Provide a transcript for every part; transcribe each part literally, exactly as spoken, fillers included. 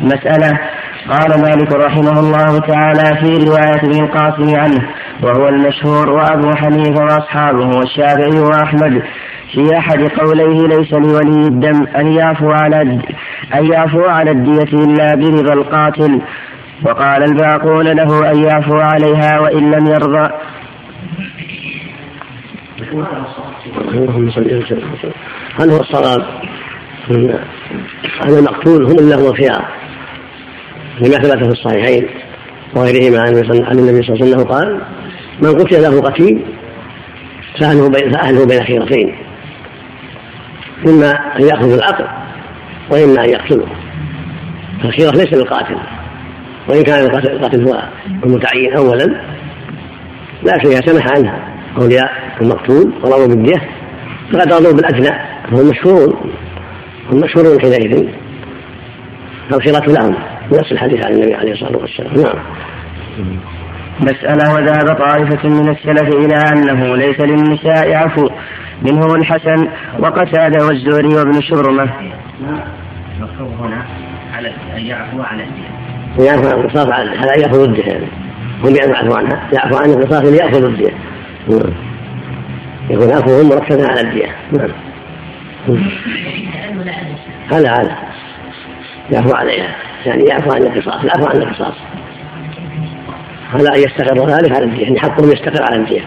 مسألة. قال مالك رحمه الله تعالى في رواية ابن القاسم عنه وهو المشهور وأبو حنيفة وأصحابه والشافعي وأحمد في أحد قوليه ليس لولي الدم أن يعفو على أن يعفو على الدية إلا برضا القاتل، وقال الباقون له أن يعفو عليها وإن لم يرضى. هل هو الصواب أن المقتول هم اللي هو الخيار لما ثبت في الصحيحين وغيرهما عن النبي صلى الله عليه وسلم قال من قتل له قتيل فأهله بين خيرتين، إما أن يأخذ العقل وإما أن يقتله، فالخيرة ليس للقاتل، وإن كان القاتل هو المتعين أولا لا شيء سمح عنها أولياء المقتول ورضوا بالدية فقد رضوا بالأدنى هو المشهور المشهور حينئذ فالخيرة لهم نفس الحديث عن النبي عليه الصلاة والسلام. نعم. مسألة. وذهب طائفة من السلف إلى أنه ليس للنساء عفو منهم الحسن وقتادة والزهري وابن شبرمة. مفروض هنا على أن يعفو على الدية، يعفو عن القصاص على يأخذ الدية، هم يعفو عنها يعفو عن القصاص ليأخذ الدية، يكون عفوهم مركزا على الدية. نعم. هذا هذا يعفو عليها يعني يعفو عن القصاص، يعفو عن القصاص هذا أن يستقر ذلك على الدية، يعني حقهم يستقر على الدية.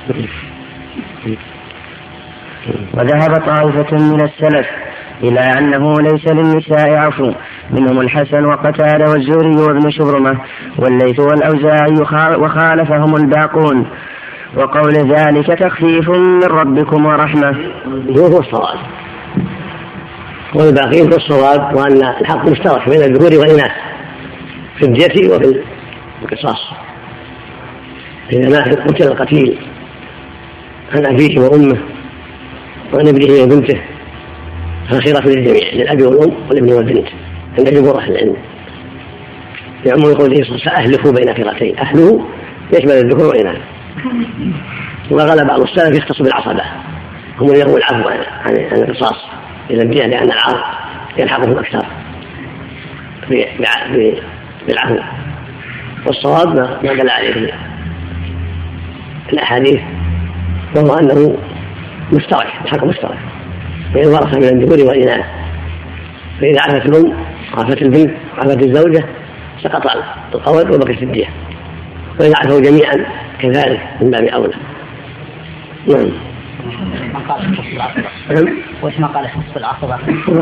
وذهب طائفة من السلف إلى أنه ليس للنساء عفو منهم الحسن وقتادة والزهري وابن شبرمة والليث والأوزاعي وخالفهم الباقون، وقول ذلك تخفيف من ربكم ورحمة. هو الصواب، والباقين في الصواب وأن الحق مشترك بين الذكور والإناث في الدية وفي القصاص. إذا مات قتل القتيل عن أبيه وأمه وعن ابنه وبنته فالخيرة للجميع للأب والأم والابن والبنت عند جمهور أهل العلم. يعم يقول فأهلكوا بين خيرتين، أهله يشمل الذكور والإناث. وغلب بعض السلف يختص بالعصبة هم اللي يروي العفو عن القصاص إلى الدية لأن العرض يلحقهم أكثر بالعفو. والصواب ما دل عليه الأحاديث وهو أنه مشترك، الحق مشترك بين الورثة من الذكور والإناث، فإذا عفت الأم عفت البنت عفت الزوجة سقط القول وبقيت الدية، وإذا عفوا جميعا كذلك من باب أولى. نعم. وش ما قال خص العصبة؟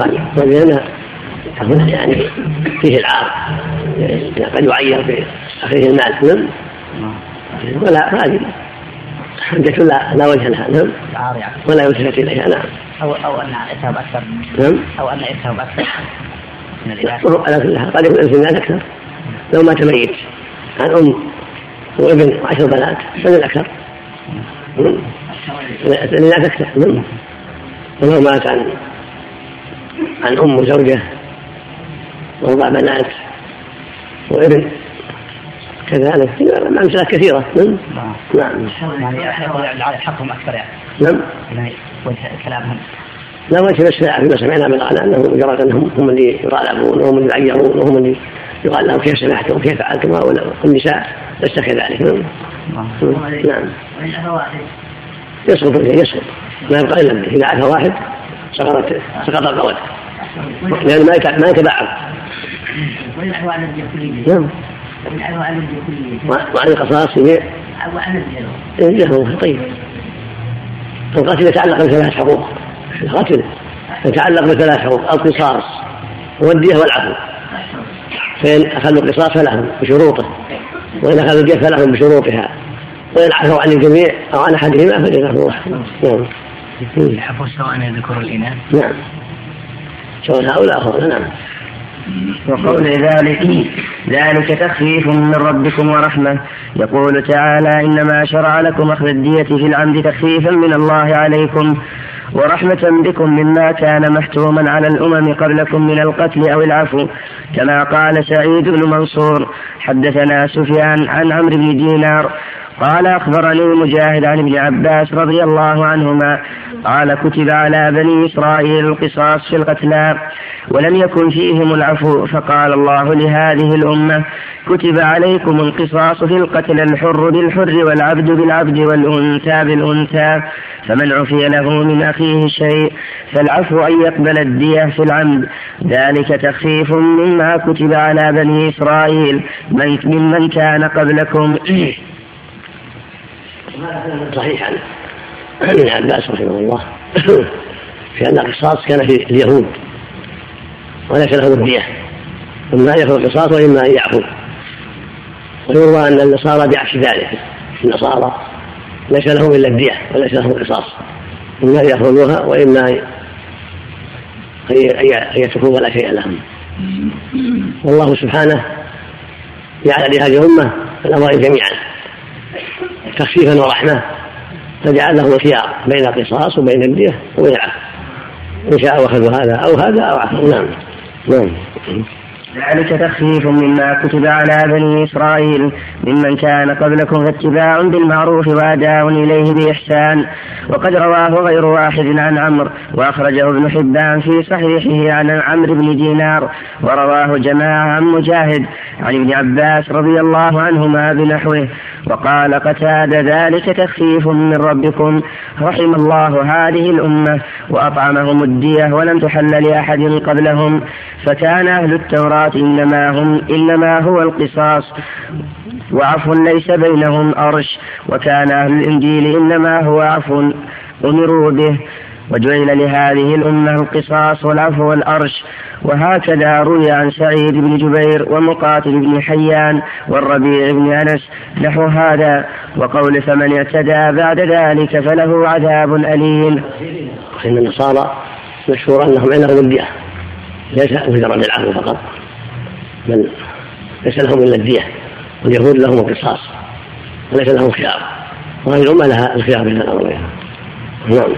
لأن يعني فيه العار قد يعير في أخيه المال ولا هذه حجة لا لا وجه لها. نعم. ولا يلتفت إليها. نعم. أو أو أن إرتاب أكثر. نعم. أو أن إرتاب أكثر من الإناث. على كلها قد يكون الإناث أكثر لو ما تميت عن أم وابن وعشر بنات فمن أكثر. الإناث أكثر. نعم. ولو مات عن عن أم وزوجة وأربع بنات وابن كذلك أمثلة كثيرة. نعم. نعم. يعني حقهم أكثر يعني. نعم. يعني وجه كلامهم. لا وجه بس فيما سمعنا من على أنهم مجرد أنهم هم اللي يطالبون وهم اللي يعيرون وهم اللي يقال لهم كيف سمحتم وكيف فعلتم والنساء ليس كذلك. نعم. نعم. يسقط يسقط ما يبقى إلا إذا عفى واحد سقطت سقط القول لأن ما ما يتبعض. نعم. وعن القصاص يجهه. طيب القتل يتعلق بثلاث حقوق، القتل يتعلق بثلاث حقوق: القصاص والدية والعفو. فإن أخذوا القصاص فلهم بشروطه، وإن أخذوا الدية فلهم بشروطها، وإن عفوا عن الجميع أو عن أحدهما فجزاه الله. نعم. العفو سواء يذكر الإناث. نعم. سواء هؤلاء أخذنا. نعم. وقول ذلك ذلك تخفيف من ربكم ورحمة. يقول تعالى: إنما شرع لكم أخذ الدية في العمد تخفيفا من الله عليكم ورحمة بكم مما كان محتوما على الأمم قبلكم من القتل أو العفو، كما قال سعيد بن منصور: حدثنا سفيان عن عمرو بن دينار قال: أخبرني مجاهد عن ابن عباس رضي الله عنهما قال كتب على بني إسرائيل القصاص في القتلى ولم يكن فيهم العفو، فقال الله لهذه الأمة كتب عليكم القصاص في القتل، الحر بالحر والعبد بالعبد والأنثى بالأنثى، فمن عفي له من أخيه شيء فالعفو أن يقبل الدية في العمد، ذلك تخفيف مما كتب على بني إسرائيل ممن كان قبلكم. صحيح عن ابن عباس رحمه الله في أن القصاص كان في اليهود وليس لهم الدية، إما أن يكون القصاص وإما أن يعفو. ويروى أن النصارى بعكس ذلك، النصارى ليس لهم إلا الدية وليس لهم القصاص، إما أن يأخذوها وإما أن يتركوا ولا شيء لهم. والله سبحانه جعل لهذه الأمة الأمرين جميعا تخفيفا ورحمة، فجعل لهم الخيار بين القصاص وبين الدية وبين العفو، إن شاء أخذوا هذا أو هذا أو عفو. نعم نعم. ذلك تخفيف مما كتب على بني إسرائيل ممن كان قبلكم، فاتباع بالمعروف وأداء إليه بإحسان. وقد رواه غير واحد عن عمرو، وأخرجه ابن حبان في صحيحه عن عمرو بن دينار، ورواه جماعة عن مجاهد عن ابن عباس رضي الله عنهما بنحوه. وقال قتادة ذلك تخفيف من ربكم، رحم الله هذه الأمة وأطعمهم الدية ولم تحل لأحد قبلهم، فكان أهل التوراة إنما, هم إنما هو القصاص وعفو ليس بينهم أرش، وكان أهل الإنجيل إنما هو عفو أمروا به، وجعل لهذه الأمة القصاص والعفو والأرش. وهكذا روي عن سعيد بن جبير ومقاتل بن حيان والربيع بن أنس نحو هذا. وقول فمن اعتدى بعد ذلك فله عذاب أليم. إن النصارى مشهور أنهم عندهم الدية، ليس مجرد العفو فقط، بل ليس لهم إلا الدية، واليهود لهم القصاص وليس لهم خيار، وهذه الأمة لها الخيار بين الأمرين. نعم.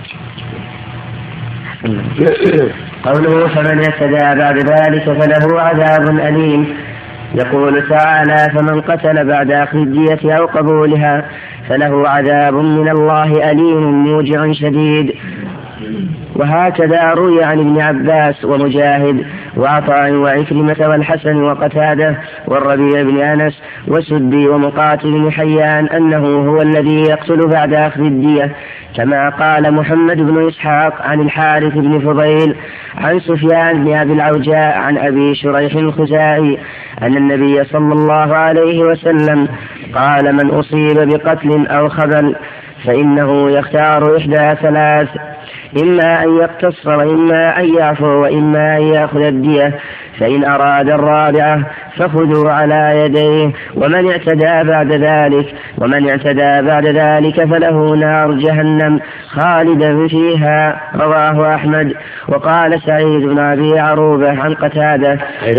قوله فمن اعتدى بعد ذلك فله عذاب أليم. يقول تعالى فمن قتل بعد أخذ الدية أو قبولها فله عذاب من الله أليم موجع شديد. وهكذا روي عن ابن عباس ومجاهد وعطاء وعكرمة والحسن وقتادة والربيع بن أنس وسدي ومقاتل بن حيان أنه هو الذي يقتل بعد أخذ الدية، كما قال محمد بن إسحاق عن الحارث بن فضيل عن سفيان بن أبي العوجاء عن أبي شريح الخزاعي أن النبي صلى الله عليه وسلم قال من أصيب بقتل أو خبل فإنه يختار إحدى ثلاث، إما أن يقتص وإما أن يعفو وإما أن يأخذ الدية، فإن أراد الرابعة فخذوا على يديه. ومن اعتدى بعد ذلك ومن اعتدى بعد ذلك فله نار جهنم خالدا فيها. رواه أحمد. وقال سعيد بن أبي عروبة عن قتادة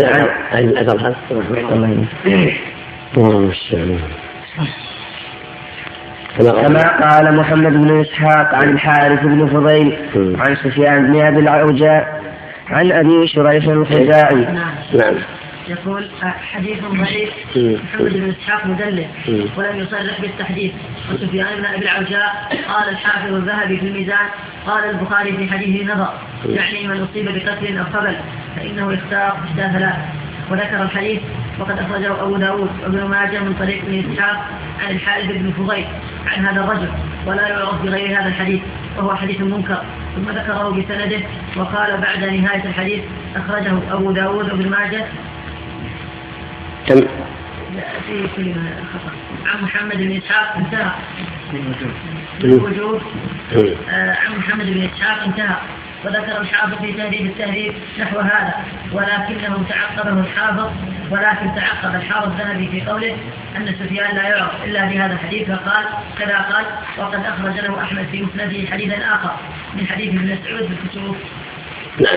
كما قال محمد بن إسحاق عن الحارث بن فضيل عن سفيان بن أبي العوجاء عن أبي شريح الخزاعي. نعم. يقول حديث ضعيف محمد بن إسحاق مدلس ولم يصرح بالتحديث. وسفيان بن أبي العوجاء قال الحافظ الذهبي في الميزان قال البخاري في حديثه نظر، يعني من أصيب بقتل أو خبل فإنه يختار إحدى ثلاث. وذكر الحديث وقد أخرجه أبو داود وابن ماجه من طريق ابن إسحاق عن الحارث بن فضيل عن هذا الرجل، ولا يعرف بغير هذا الحديث وهو حديث منكر، ثم ذكره بسنده وقال بعد نهاية الحديث أخرجه أبو داود وابن ماجه في كلمة خطأ عن محمد بن إسحاق انتهى الوجوب عن محمد بن إسحاق انتهى. وذكر الحافظ في تهذيب التهذيب نحو هذا، ولكنه تعقبه الحافظ ولكن تعقب الحافظ الذهبي في قوله أن سفيان لا يعرف إلا بهذا الحديث، فقال كذا قال وقد أخرج له أحمد في مسنده حديثا آخر من حديث ابن مسعود بالكسوف. نعم.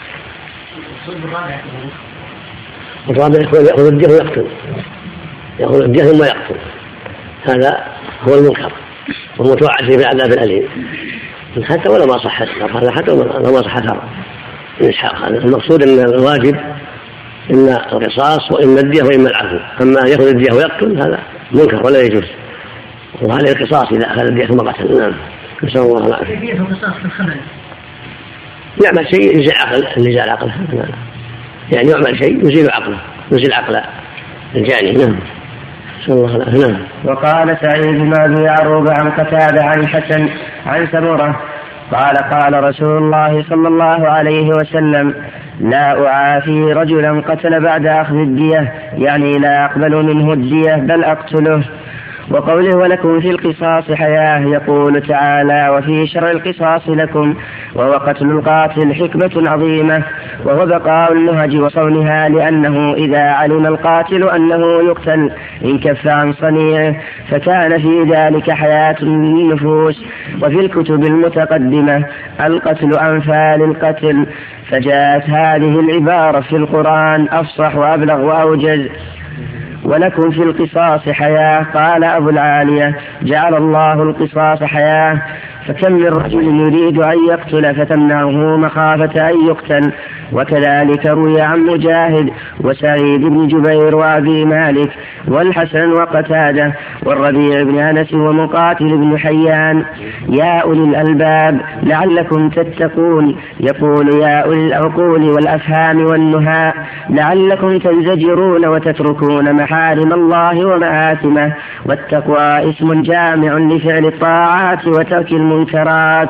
الرابع يأخذ الدية ويقتل، يأخذ الدية ثم يقتل، هذا هو المنكر ومتوعد في العذاب الأليم، حتى ولا ما صح هذا، حتى ولا ما صح هذا الإسحاق. المقصود أن الواجب إن القصاص وإما الدية وإما العفو، أما يأخذ الدية ويقتل هذا منكر ولا يجوز، وهذا القصاص إذا أخذ الدية ثم قتل. نعم. نسأل الله العافية. كيفية القصاص في الخبر؟ يعمل شيء يزيل عقل يزيل عقله، يعني يعمل شيء يزيل عقله يزيل عقل الجاني. نعم. نسأل الله العافية. نعم. وقال سعيد بن أبي عروبة عن قتادة عن الحسن عن سمرة قال قال رسول الله صلى الله عليه وسلم: لا أعافي رجلا قتل بعد أخذ الدية، يعني لا أقبل منه الدية بل أقتله. وقوله: ولكم في القصاص حياة، يقول تعالى: وفي شرع القصاص لكم، وهو قتل القاتل حكمة عظيمة، وهو بقاء النهج وصونها، لأنه إذا علم القاتل أنه يقتل انكف عن صنيعه، فكان في ذلك حياة للنفوس. وفي الكتب المتقدمة القتل أنفى للقتل، فجاءت هذه العبارة في القرآن أفصح وأبلغ وأوجز: ولكم في القصاص حياة. قال أبو العالية: جعل الله القصاص حياة، فكم من رجل يريد أن يقتل فتمنعه مخافة أن يقتل. وكذلك روي عن مجاهد وسعيد بن جبير وأبي مالك والحسن وقتادة والربيع بن أنس ومقاتل بن حيان: يا أولي الألباب لعلكم تتقون، يقول: يا أولي العقول والأفهام والنهى لعلكم تنزجرون وتتركون محارم الله ومآثمه. والتقوى اسم جامع لفعل الطاعات وترك المنكرات.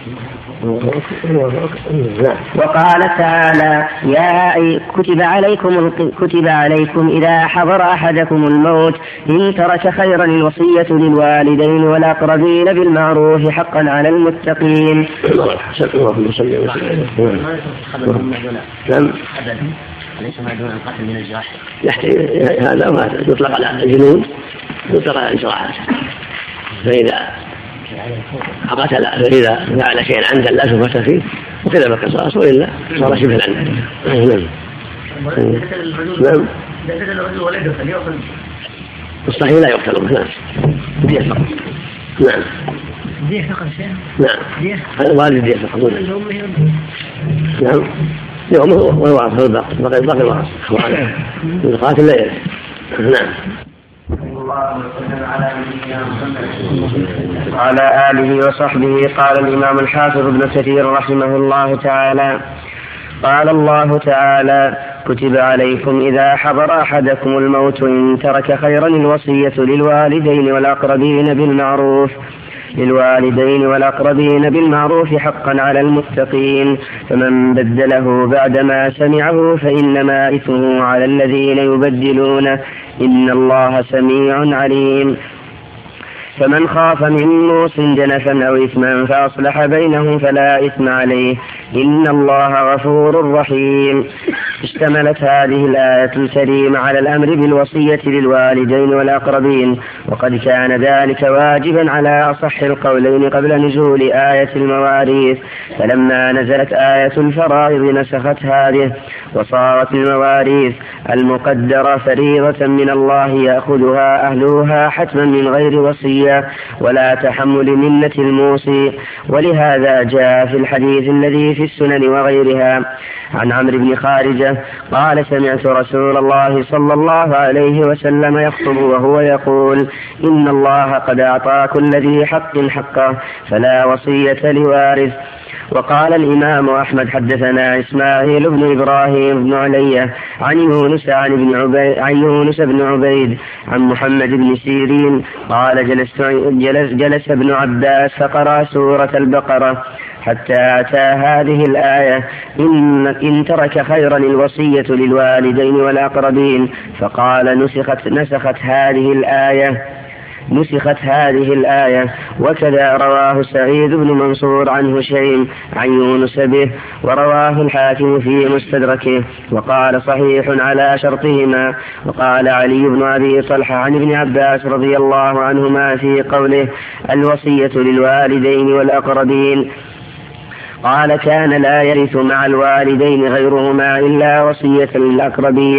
وقال تعالى: يا كتب عليكم كتب عليكم إذا حضر أحدكم الموت إن ترك خيرا الوصية للوالدين والأقربين بالمعروف حقا على المتقين. ليس ما دون القتل من الجراح. هذا ما يطلق على الجنود، يطلق على الجراحات. فإذا قتل فإذا فعل شيئا عمدا لا شبهة فيه وكذا بالقصاص، وإلا صار شبه العمد. نعم. نعم. الصحيح لا يقتل. نعم. دية فقط. نعم. دية فقط. نعم. هذا والد دية فقط. نعم. يومه والوارث الباقي باقي باقي الوارث القاتل لا يرث. نعم. وعلى آله وصحبه. قال الإمام الحافظ ابن كثير رحمه الله تعالى: قال الله تعالى: كتب عليكم إذا حضر أحدكم الموت إن ترك خيرا الوصية للوالدين والأقربين بالمعروف للوالدين والأقربين بالمعروف حقا على المتقين، فمن بدله بعدما سمعه فإنما إثمه على الذين يبدلونه، إن الله سميع عليم. فمن خاف من موص جنفا أو إثما فأصلح بينهم فلا إثم عليه، إن الله غفور رحيم. اشتملت هذه الآية الكريمة على الأمر بالوصية للوالدين والأقربين، وقد كان ذلك واجبا على أصح القولين قبل نزول آية المواريث، فلما نزلت آية الفرائض نسخت هذه، وصارت المواريث المقدرة فريضة من الله يأخذها أهلها حتما من غير وصية ولا تحمل منة الموصي. ولهذا جاء في الحديث الذي في السنن وغيرها عن عمرو بن خارجة قال: سمعت رسول الله صلى الله عليه وسلم يخطب وهو يقول: إن الله قد أعطى كل ذي حق حقه فلا وصية لوارث. وقال الإمام أحمد: حدثنا إسماعيل بن إبراهيم بن علية عن يونس عن ابن عبيد عن يونس بن عبيد عن محمد بن سيرين قال: جلس, جلس, جلس ابن عباس فقرأ سورة البقرة حتى أتى هذه الآية: إن, إن ترك خيرا الوصية للوالدين والأقربين، فقال: نسخت, نسخت هذه الآية نسخت هذه الآية. وكذا رواه سعيد بن منصور عن هشيم عن يونس به، ورواه الحاكم في مستدركه وقال: صحيح على شرطهما. وقال علي بن أبي طلحة عن ابن عباس رضي الله عنهما في قوله: الوصية للوالدين والأقربين، قال: كان لا يرث مع الوالدين غيرهما إلا وصية للأقربين،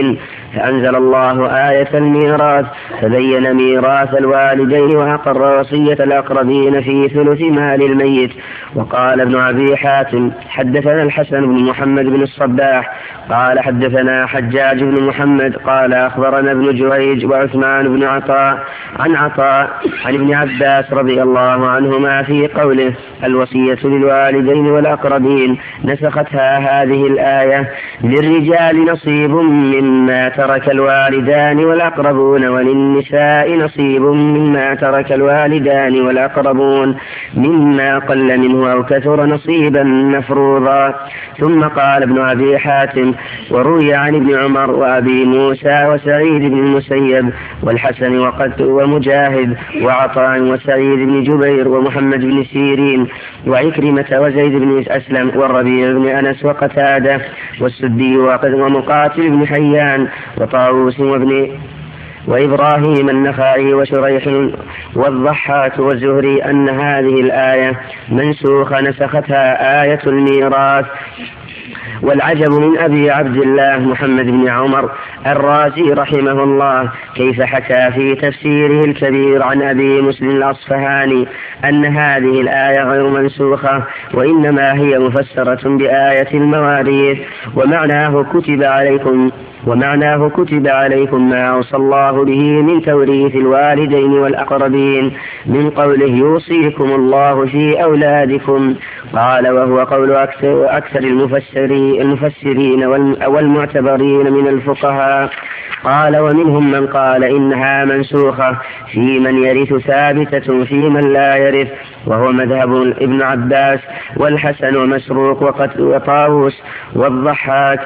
فأنزل الله آية الميراث فبين ميراث الوالدين وأقر وصية الأقربين في ثلث مال الميت. وقال ابن أبي حاتم حدثنا الحسن بن محمد بن الصباح قال حدثنا حجاج بن محمد قال أخبرنا ابن جريج وعثمان بن عطاء عن عطاء عن ابن عباس رضي الله عنهما في قوله الوصية للوالدين والأقربين نسختها هذه الآية للرجال نصيب مما ترك الوالدان والأقربون وللنساء نصيب مما ترك الوالدان والأقربون مما قل منه أو كثر نصيبا مفروضا. ثم قال ابن أبي حاتم وروي عن ابن عمر وأبي موسى وسعيد بن المسيب والحسن وقد ومجاهد وعطاء وسعيد بن جبير ومحمد بن سيرين وعكرمة وزيد بن أسلم والربيع بن أنس وقتادة والسدي ومقاتل بن حيان وطاووس وابن وإبراهيم النخعي وشريح والضحاك والزهري أن هذه الآية منسوخة نسختها آية الميراث. والعجب من أبي عبد الله محمد بن عمر الرازي رحمه الله كيف حكى في تفسيره الكبير عن أبي مسلم الأصفهاني أن هذه الآية غير منسوخة وإنما هي مفسرة بآية المواريث ومعناه كتب عليكم ومعناه كتب عليكم ما أوصى الله به من توريث الوالدين والأقربين من قوله يوصيكم الله في أولادكم. قال وهو قول أكثر, أكثر المفسرين, المفسرين والمعتبرين من الفقهاء. قال ومنهم من قال إنها منسوخة في من يرث ثابتة في من لا يرث وهو مذهب ابن عباس والحسن ومسروق وطاووس والضحاك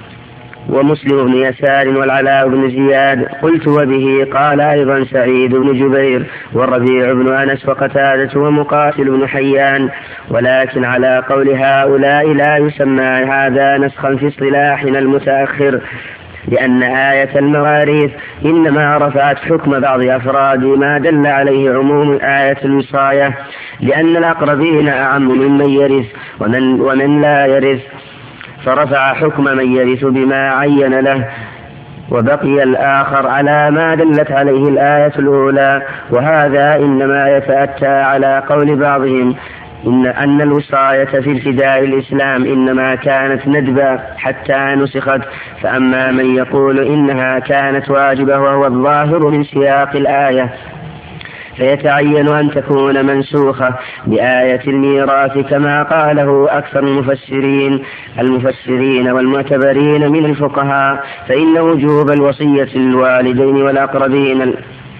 ومسلم بن يسار والعلاء بن زياد. قلت وبه قال أيضا سعيد بن جبير والربيع بن أنس وقتادة ومقاتل بن حيان. ولكن على قول هؤلاء لا يسمى هذا نسخا في اصطلاحنا المتأخر لأن آية المواريث إنما رفعت حكم بعض أفراد ما دل عليه عموم آية الوصاية لأن الأقربين أعم ممن يرث ومن, ومن لا يرث فرفع حكم من يرث بما عين له وبقي الآخر على ما دلت عليه الآية الأولى. وهذا إنما يتأتى على قول بعضهم إن أن الوصاية في ابتداء الإسلام إنما كانت ندبا حتى نسخت. فأما من يقول إنها كانت واجبة وهو الظاهر من سياق الآية فيتعين أن تكون منسوخة بآية الميراث كما قاله أكثر المفسرين المفسرين والمعتبرين من الفقهاء. فإن وجوب الوصية للوالدين والأقربين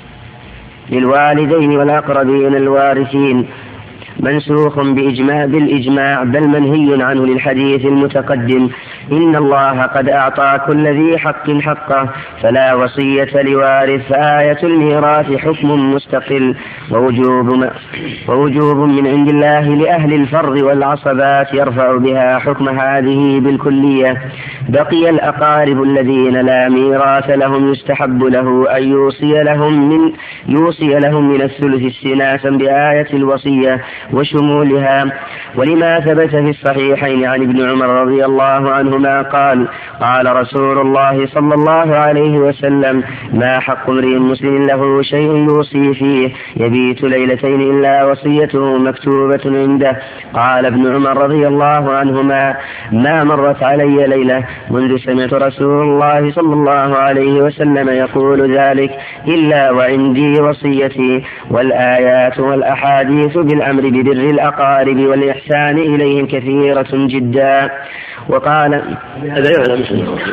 للوالدين والأقربين الوارثين منسوخ بإجماع بالإجماع بل منهي عنه للحديث المتقدم إن الله قد أعطى كل ذي حق حقه فلا وصية لوارث. فآية الميراث حكم مستقل ووجوب, ووجوب من عند الله لأهل الفرض والعصبات يرفع بها حكم هذه بالكلية. بقي الأقارب الذين لا ميراث لهم يستحب له أن يوصي لهم من, يوصي لهم من الثلث استناسا بآية الوصية وشمولها. ولما ثبت في الصحيحين عن ابن عمر رضي الله عنهما قال قال رسول الله صلى الله عليه وسلم ما حق امرئ مسلم له شيء يوصي فيه يبيت ليلتين إلا وصيته مكتوبة عنده. قال ابن عمر رضي الله عنهما ما مرت علي ليلة منذ سمعت رسول الله صلى الله عليه وسلم يقول ذلك إلا وعندي وصيتي. والآيات والأحاديث بالأمر ببر الأقارب والإحسان إليهم كثيرة جدا. وقال هذا يعلم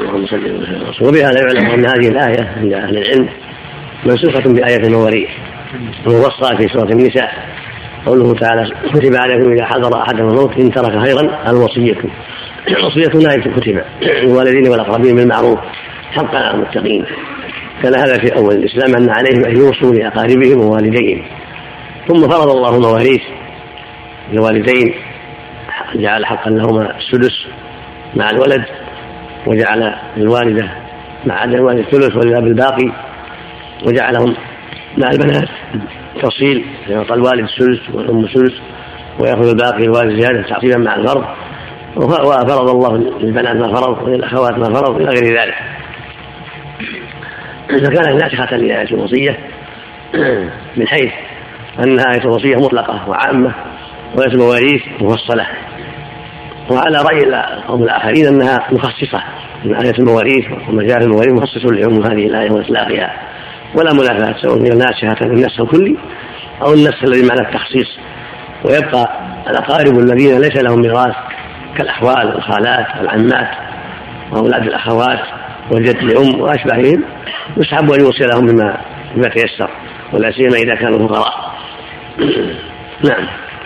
وبهذا يعلم أن هذه الآية عند أهل العلم منسوخة بآية المواريث ووصى في سورة النساء قوله تعالى كتب عليكم إذا حضر أحدهم الموت إن ترك خيرا الوصية. الوصية لا كتب الوالدين والأقربين بالمعروف حقا على المتقين. كان هذا في أول الإسلام أن عليهم أن يوصوا لأقاربهم ووالديهم ثم فرض الله المواريث للوالدين جعل حقا لهما السدس مع الولد وجعل الوالدة مع عدد الوالد الثلث والأب الباقي وجعلهم مع البنات تفصيل يعطى الوالد السدس والأم السدس ويأخذ الباقي الوالد زيادة تعصيبا مع الفرض. وفرض الله للبنات ما فرض وللأخوات ما فرض إلى غير ذلك. إذا كانت ناسخة لآية الوصية من حيث أنها آية الوصية مطلقة وعامة وآية المواريث مفصلة، وعلى رأي قوم الآخرين أنها مخصصة من آية المواريث ومجال المواريث مخصص لعموم هذه الآية وإطلاقها ولا منافاة، سواء هي ناسخة للنسخ الكلي أو النسخ الذي معنى التخصيص. ويبقى الأقارب الذين ليس لهم ميراث كالأحوال والخالات والعمات وأولاد الأخوات والجد لأم وأشباههم يستحب أن يوصي لهم بما بما تيسر، ولا سيما إذا كانوا فقراء. نعم.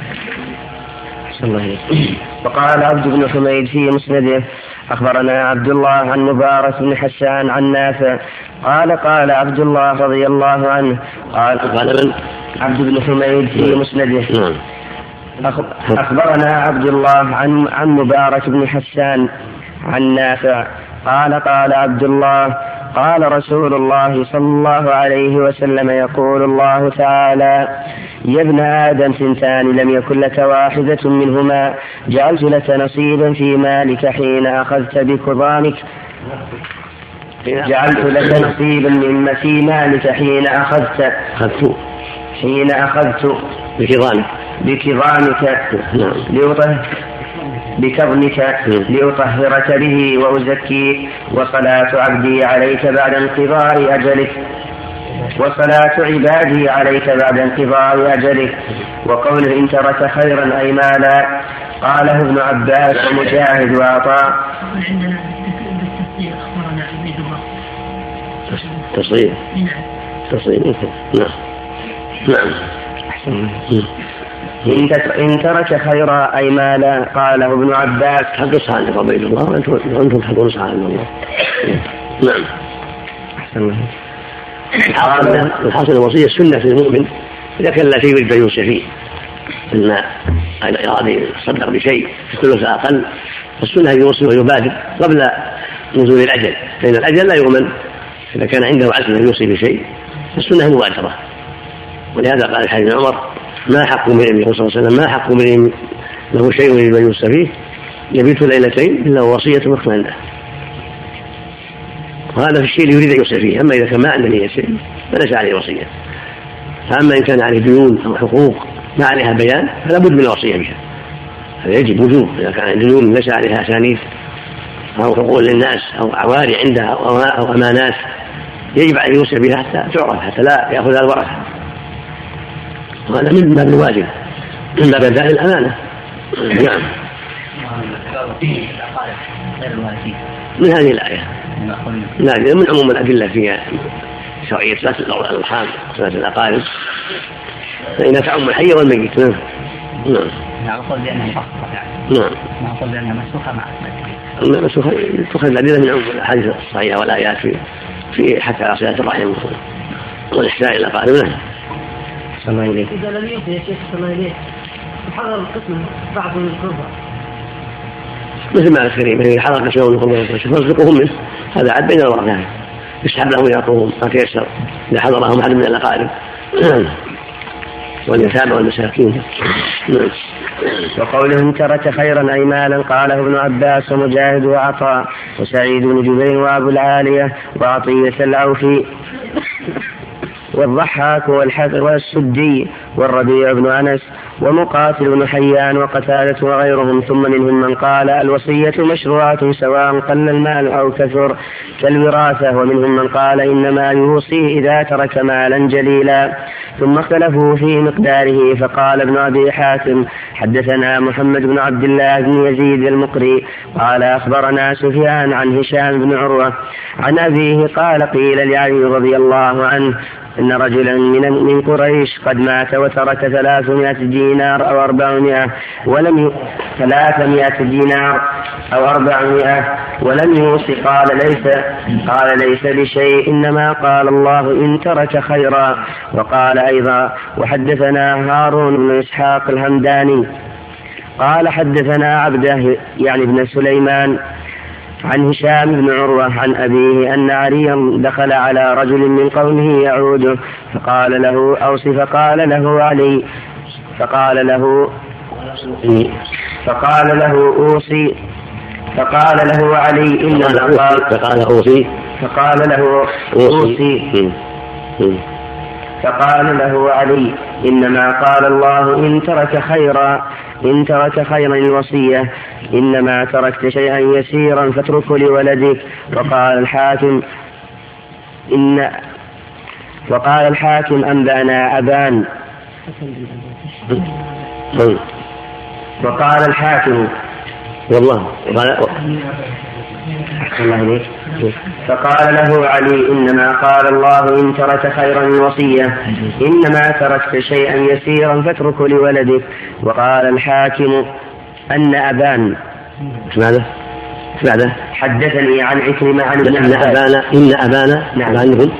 وقال عبد بن حميد في مسنده أخبرنا عبد الله عن مبارك بن حسان عن نافع قال قال عبد الله رضي الله عنه قال قال عبد بن حميد في مسنده أخبرنا عبد الله عن عن مبارك بن حسان عن نافع قال قال عبد الله قال رسول الله صلى الله عليه وسلم يقول الله تعالى يا ابن آدم ثنتان لم يكن لك واحدة منهما جعلت لك نصيبا في مالك حين أخذت بكظامك جعلت لك نصيبا مما في مالك حين أخذت حين أخذت بكظامك بكظامك لأطهر بكظمك لأطهرك به وأزكيك وصلاة عبدي عليك بعد انقضاء أجلك وصلاة عبادي عليك بعد انقضاء أجلك. وقوله إن ترك خيرا أي مالا قاله ابن عباس ومجاهد وعطاء. تصريح تصريح نعم نعم إن ترك خيرا أي مالا قاله ابن عباس. حق صالح قبيل الله وأنتم تحقون صالح الله. نعم. الحاصل الوصية السنة في المؤمن إذا كان لا شيء يريد أن يوصي فيه، إن أراد يصدق بشيء الثلث أقل فالسنة يوصي ويبادر قبل نزول الأجل، فإن الأجل لا يؤمن. إذا كان عنده عزم أن يوصي بشيء فالسنة مبادرة. ولهذا قال الحديث عمر ما حق امرئ صلى الله عليه وسلم ما حق امرئ له شيء يريد أن يوصي فيه يبيت ليلتين إلا وصية مكتوبة عنده. وهذا في الشيء اللي يريد أن يوصي فيه. أما إذا كان ما عنده نية شيء فليس عليه وصية. فأما إن كان عليه ديون أو حقوق ما عليها بيان فلا بد من الوصية بها، هذا يجب وجوب. إذا كان ديون ليس عليها أسانيد أو حقوق للناس أو عواري عندها أو أمانات يجب أن يوصي بها حتى تعرف، حتى لا يأخذها الورثة. وهذا من باب الواجب من باب أداء الأمانة. نعم. من هذه الآية لا من عموم الأدلة فيها شرعية صلاة الأرحام صلاة الأقارب فإنها تعم الحي والميت. نعم. نعم. نقول بأنها مفصلة. نعم. نقول بأنها مسوخة مع أسماء. مسوخة تأخذ الأدلة من عموم الأحاديث الصحيحة والآيات في في حتى صلاة الرحم والإحسان إلى الأقارب. نعم. صلى الله عليه. إذا لم يوصي يا شيخ صلى الله عليه حضر القسم بعض من القربى مثل ما الكريم إذا حضر قسم من القربى فارزقهم منه هذا عد بين الورثة يسحب لهم يعطوهم ما تيسر إذا حضرهم أحد من الأقارب واليتامى والمساكين. وقوله إن ترك خيرا أي مالا قاله ابن عباس ومجاهد وعطاء وسعيد بن جبير وأبو العالية وعطية العوفي والضحاك والسدي والربيع بن أنس ومقاتل بن حيان وقتادة وغيرهم. ثم منهم من قال الوصية مشروعة سواء قل المال أو كثر كالوراثة، ومنهم من قال إنما يوصي إذا ترك مالا جليلا. ثم اختلفوا في مقداره. فقال ابن أبي حاتم حدثنا محمد بن عبد الله بن يزيد المقري قال أخبرنا سفيان عن هشام بن عروة عن أبيه قال قيل لعلي رضي الله عنه إن رجلا من من قريش قد مات وترك ثلاثمائة دينار أو أربعمائة ولم ثلاثمائة دينار أو أربعمائة ولم يوصي. قال ليس قال ليس بشيء إنما قال الله إن ترك خيرا. وقال أيضا وحدثنا هارون بن إسحاق الهمداني قال حدثنا عبده يعني ابن سليمان عن هشام بن عروة عن أبيه أن عليا دخل على رجل من قومه يعوده فقال له أوصي فقال له علي فقال له فقال له أوصي فقال له علي إن فقال أوصي فقال له أوصي فقال له علي إنما قال الله إن ترك خيرا إن ترك خيرا الوصية إنما تركت شيئا يسيرا فاتركه لولدك. وقال الحاكم إن وقال الحاكم أنبأنا أبان وقال الحاكم والله فقال له علي إنما قال الله إن ترك خيرا الوصية إنما تركت شيئا يسيرا فاتركه لولدك. وقال الحاكم أن أبان ماذا؟ ماذا؟ حدثني عن عكرمة عن ابن عباس إن أبانا إن أبانا نعم عنهم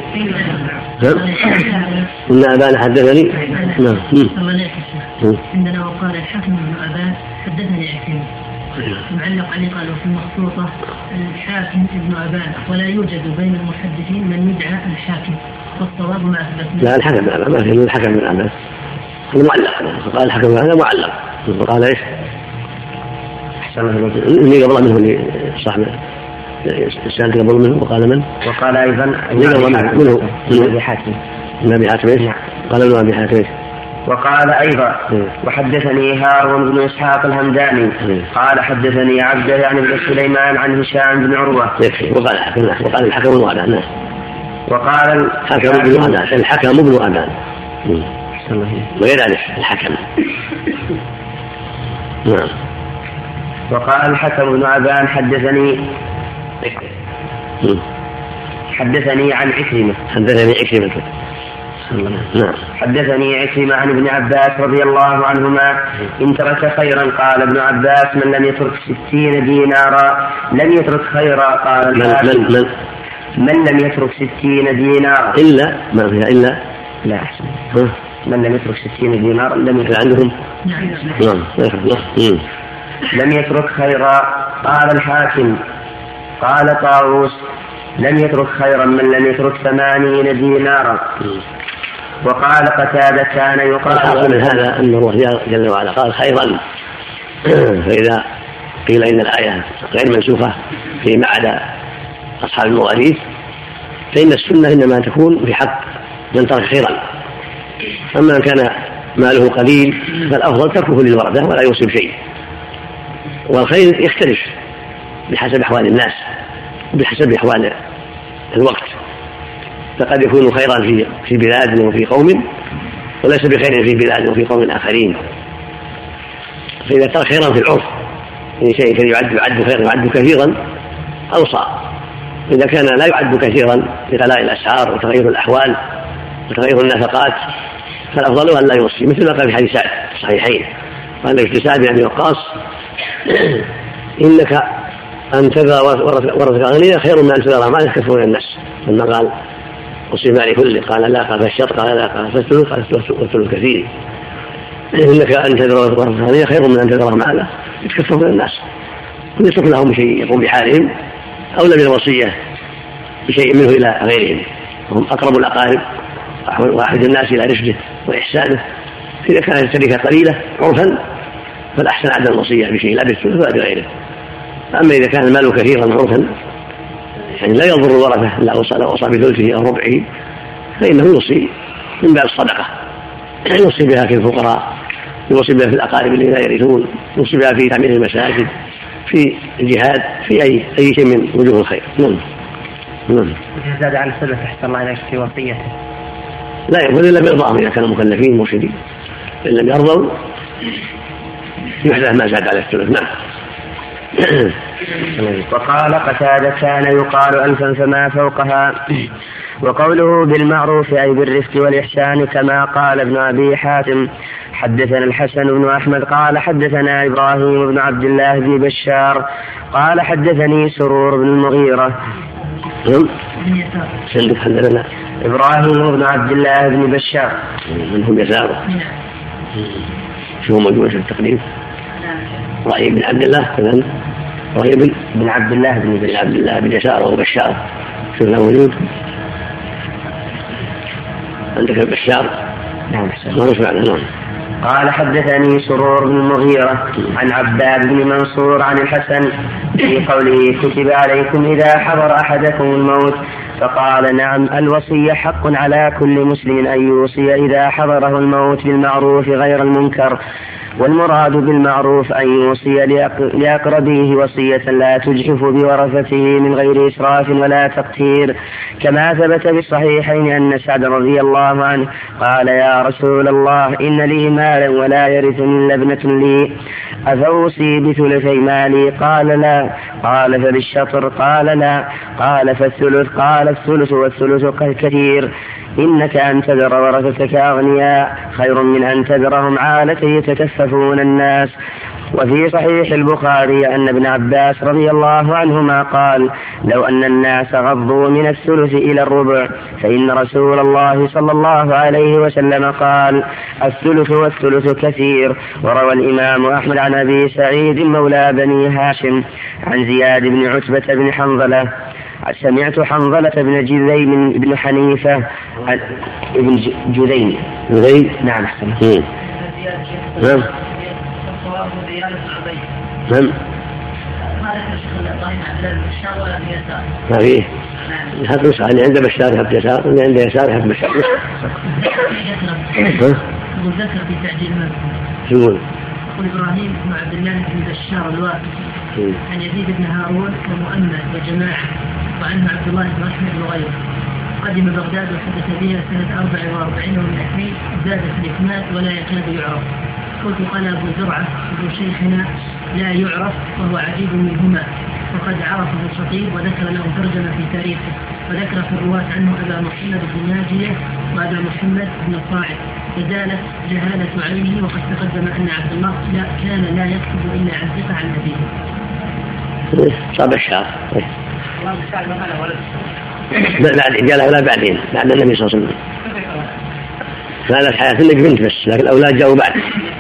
إن أبانا حدثني نعم عندنا وقال الحاكم بن أبان حدثني عكرمة معلق عليه قال في المخطوطة الحاكم ابن أبان ولا يوجد بين المحدثين من يدعى الحاكم والصواب ما أثبتنا. لا الحكم ما في الحكم بن أبان هذا معلق قال الحكم هذا معلق قال إيش اللي قبل منه اللي صاحب السالك قبل منه وقال من وقال أيضا منه أبي حاتم أبي حاتم قال ابن أبي حاتم. وقال أيضا وحدثني هارون بن إسحاق الهمداني قال حدثني عبد يعني بن سليمان عن هشام بن عروة وقال الحكم وقال الحكم بن أبان وقال الحكم بن أبان الحكم بن أبان وغير ذلك الحكم نعم. وقال الحكم بن أبان حدثني حدثني عن عكرمة حدثني عكرمة نعم حدثني عكرمة عن ابن عباس رضي الله عنهما إن ترك خيرا قال ابن عباس من لم يترك ستين دينارا لم يترك خيرا. قال من, من, من, من لم يترك ستين دينارا إلا ما فيها إلا لا أحسن من لم يترك ستين دينارا لم يترك عندهم نعم لم يترك خيرا. قال الحاكم قال طاووس لم يترك خيرا من لم يترك ثمانين دينارا. وقال قتادة كان يقال من هذا أن الله جل وعلا قال خيرا فإذا قيل إن الآية غير منسوخة فيما عدا أصحاب المواريث فإن السنة إنما تكون في حق من ترك خيرا. أما من كان ماله قليل فالأفضل تركه للورثة ولا يوصي بشيء. والخير يختلف بحسب أحوال الناس وبحسب أحوال الوقت فقد يكون خيرا في في بلاد وفي قوم وليس بخير في بلاد وفي قوم آخرين. فإذا ترك خيرا في العرف يعني شيء كان يعد يعد خيرا يعد كثيرا أوصى. إذا كان لا يعد كثيرا لغلاء الأسعار وتغير الأحوال وتغير النفقات فالأفضل أن لا يوصي مثل ما قال في حديث سعد الصحيحين قال لك سعد بن أبي وقاص إنك أن تذر ورثك أغنياء خير من أن تذر ما يكفون الناس. لما قال أصيب مالي كله قال لا قال الشط قال لا قال فالثلث قال الثلث كثير. إنك أن تذر ورثك أغنياء خير من أن تذر مالا يتكفون الناس ويترك لهم شيء يقوم بحالهم أولى من الوصية بشيء منه إلى غيرهم وهم أقرب الأقارب وأحد الناس إلى رشده وإحسانه. إذا كانت الشركة قليلة عرفا فالأحسن عدم الوصية بشيء لا بالثلث ولا بغيره. أما إذا كان المال كثيرا عرفا يعني لا يضر الورثة إلا وصى بثلثه أو ربعه فإنه يوصي من باب الصدقة يوصي بها في الفقراء يوصي بها في الأقارب الذين لا يرثون يوصي بها في تعمير المساجد في الجهاد في أي أي شيء من وجوه الخير. نعم نعم. زاد عن السلف أحسن الله إليك في وصيته لا يقول إلا بإرضاهم إذا كانوا مكلفين مرشدين إن لم يرضوا يحدث ما زاد على الثلث. نعم. وقال قتادة كان يقال ألفا فما فوقها. وقوله بالمعروف أي بالرفق والإحسان كما قال ابن أبي حاتم حدثنا الحسن بن أحمد قال حدثنا إبراهيم بن عبد الله بن بشار قال حدثني سرور بن المغيرة حدثنا إبراهيم بن عبد الله بن بشار منهم يساره شو موجود في التقديم رأي بن عبد الله كذا رأي بن عبد الله بن عبد الله بن يسار وبشار شو له موجود عندك البشار نعم ما نسمع عنه قال حدثني سرور بن المغيرة عن عباد بن منصور عن الحسن في قوله كتب عليكم إذا حضر أحدكم الموت فقال نعم الوصية حق على كل مسلم أن يوصي إذا حضره الموت بالمعروف غير المنكر، والمراد بالمعروف أن يوصي لأقربيه وصية لا تجحف بورثته من غير إسراف ولا تقتير، كما ثبت بالصحيحين أن سعد رضي الله عنه قال يا رسول الله إن لي مالا ولا يرثني إلا ابنة لي أفأوصي بثلثي مالي؟ قال لا. قال فبالشطر؟ قال لا. قال فالثلث؟ قال الثلث والثلث كثير، إنك أن تذر ورثتك أغنياء خير من أن تذرهم عالة يتكففون الناس. وفي صحيح البخاري أن ابن عباس رضي الله عنهما قال لو أن الناس غضوا من الثلث إلى الربع فإن رسول الله صلى الله عليه وسلم قال الثلث والثلث كثير. وروى الإمام أحمد عن أبي سعيد مولى بني هاشم عن زياد بن عتبة بن حنظلة سمعت حنظلة بن جذيم بن حنيفة ابن جذيم جذيم نعم نعم نعم ما فيه هذا نسخة اللي عنده بشار يحب يسار اللي عنده يسار يحب بشار وذكر في تعجيل الملك يقول يقول إبراهيم بن عبد الله بن بشار الوافي عن يزيد بن هارون ومؤمن وجماعة وعنه عبد الله بن أحمد وغيره قدم بغداد وحدث بها سنة أربع وأربعين ومئتين زاد في الإكمال ولا يكاد يعرف. قلت قال أبو زرعة ابن شيخنا لا يعرف وهو عجيب منهما وقد عرفه الخطيب وذكر له ترجمة في تاريخه وذكر في الرواة عنه أبا محمد بن ناجية وأبا محمد بن صاعد فزالت جهالة عينه وقد تقدم أن عبد الله لا كان لا يكتب إلا عن ثقة عن نبيه. صاب الشعر بعد الإجالة ولا بعدين بعد النبي صلى الله عليه وسلم هذا الحياة اللي بنت بس لكن الأولاد جاءوا بعد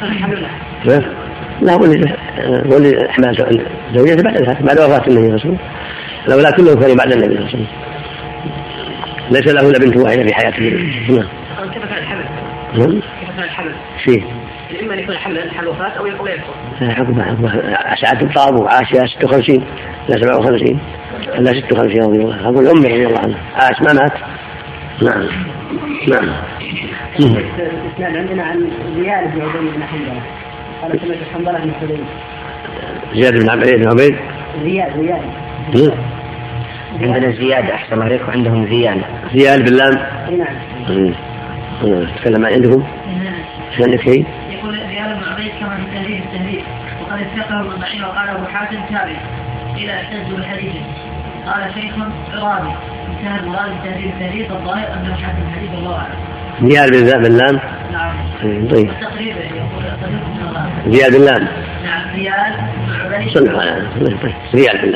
لا ولي أحمال زوجته بعد بعد وفاة النبي صلى الله عليه وسلم الأولاد كلهم كانوا بعد النبي صلى الله عليه وسلم ليس له إلا بنت واحدة في حياته. نعم. كيف كان الحمل؟ نعم. كيف كان الحمل؟ فيه. إما يكون الحمل حمل وفاة أو يكون يكون. حكم حكم ساعات الطاب وعاشها ستة وخمسين لا سبعة وخمسين لا ستة وخمسين رضي الله أقول أمي رضي الله عنها عاش ما مات. نعم. نعم. الإسلام عندنا عن زياد بن عبيد بن حنظلة قال سمعت حنظلة بن حذيفة. زياد بن عبيد بن عبيد. زياد زياد. عندنا زياد أحسن عليك وعندهم زيان. زياد باللام. نعم. تكلم عندكم. شو عندك شيء؟ يقول زياد بن عبيد كما في تهذيب التهذيب وقد اتفقه الضحية وقال أبو حاتم تابع إلى احتج بالحديث قال شيخ عرابي انتهى المراد بتهذيب التهذيب الظاهر أنه حاتم الحديث الله أعلم. زياد بالذات باللام. نعم. طيب. تقريبا يقول تقريبا. زياد باللام. نعم زياد بن عبيد. صلى طيب زياد بالله.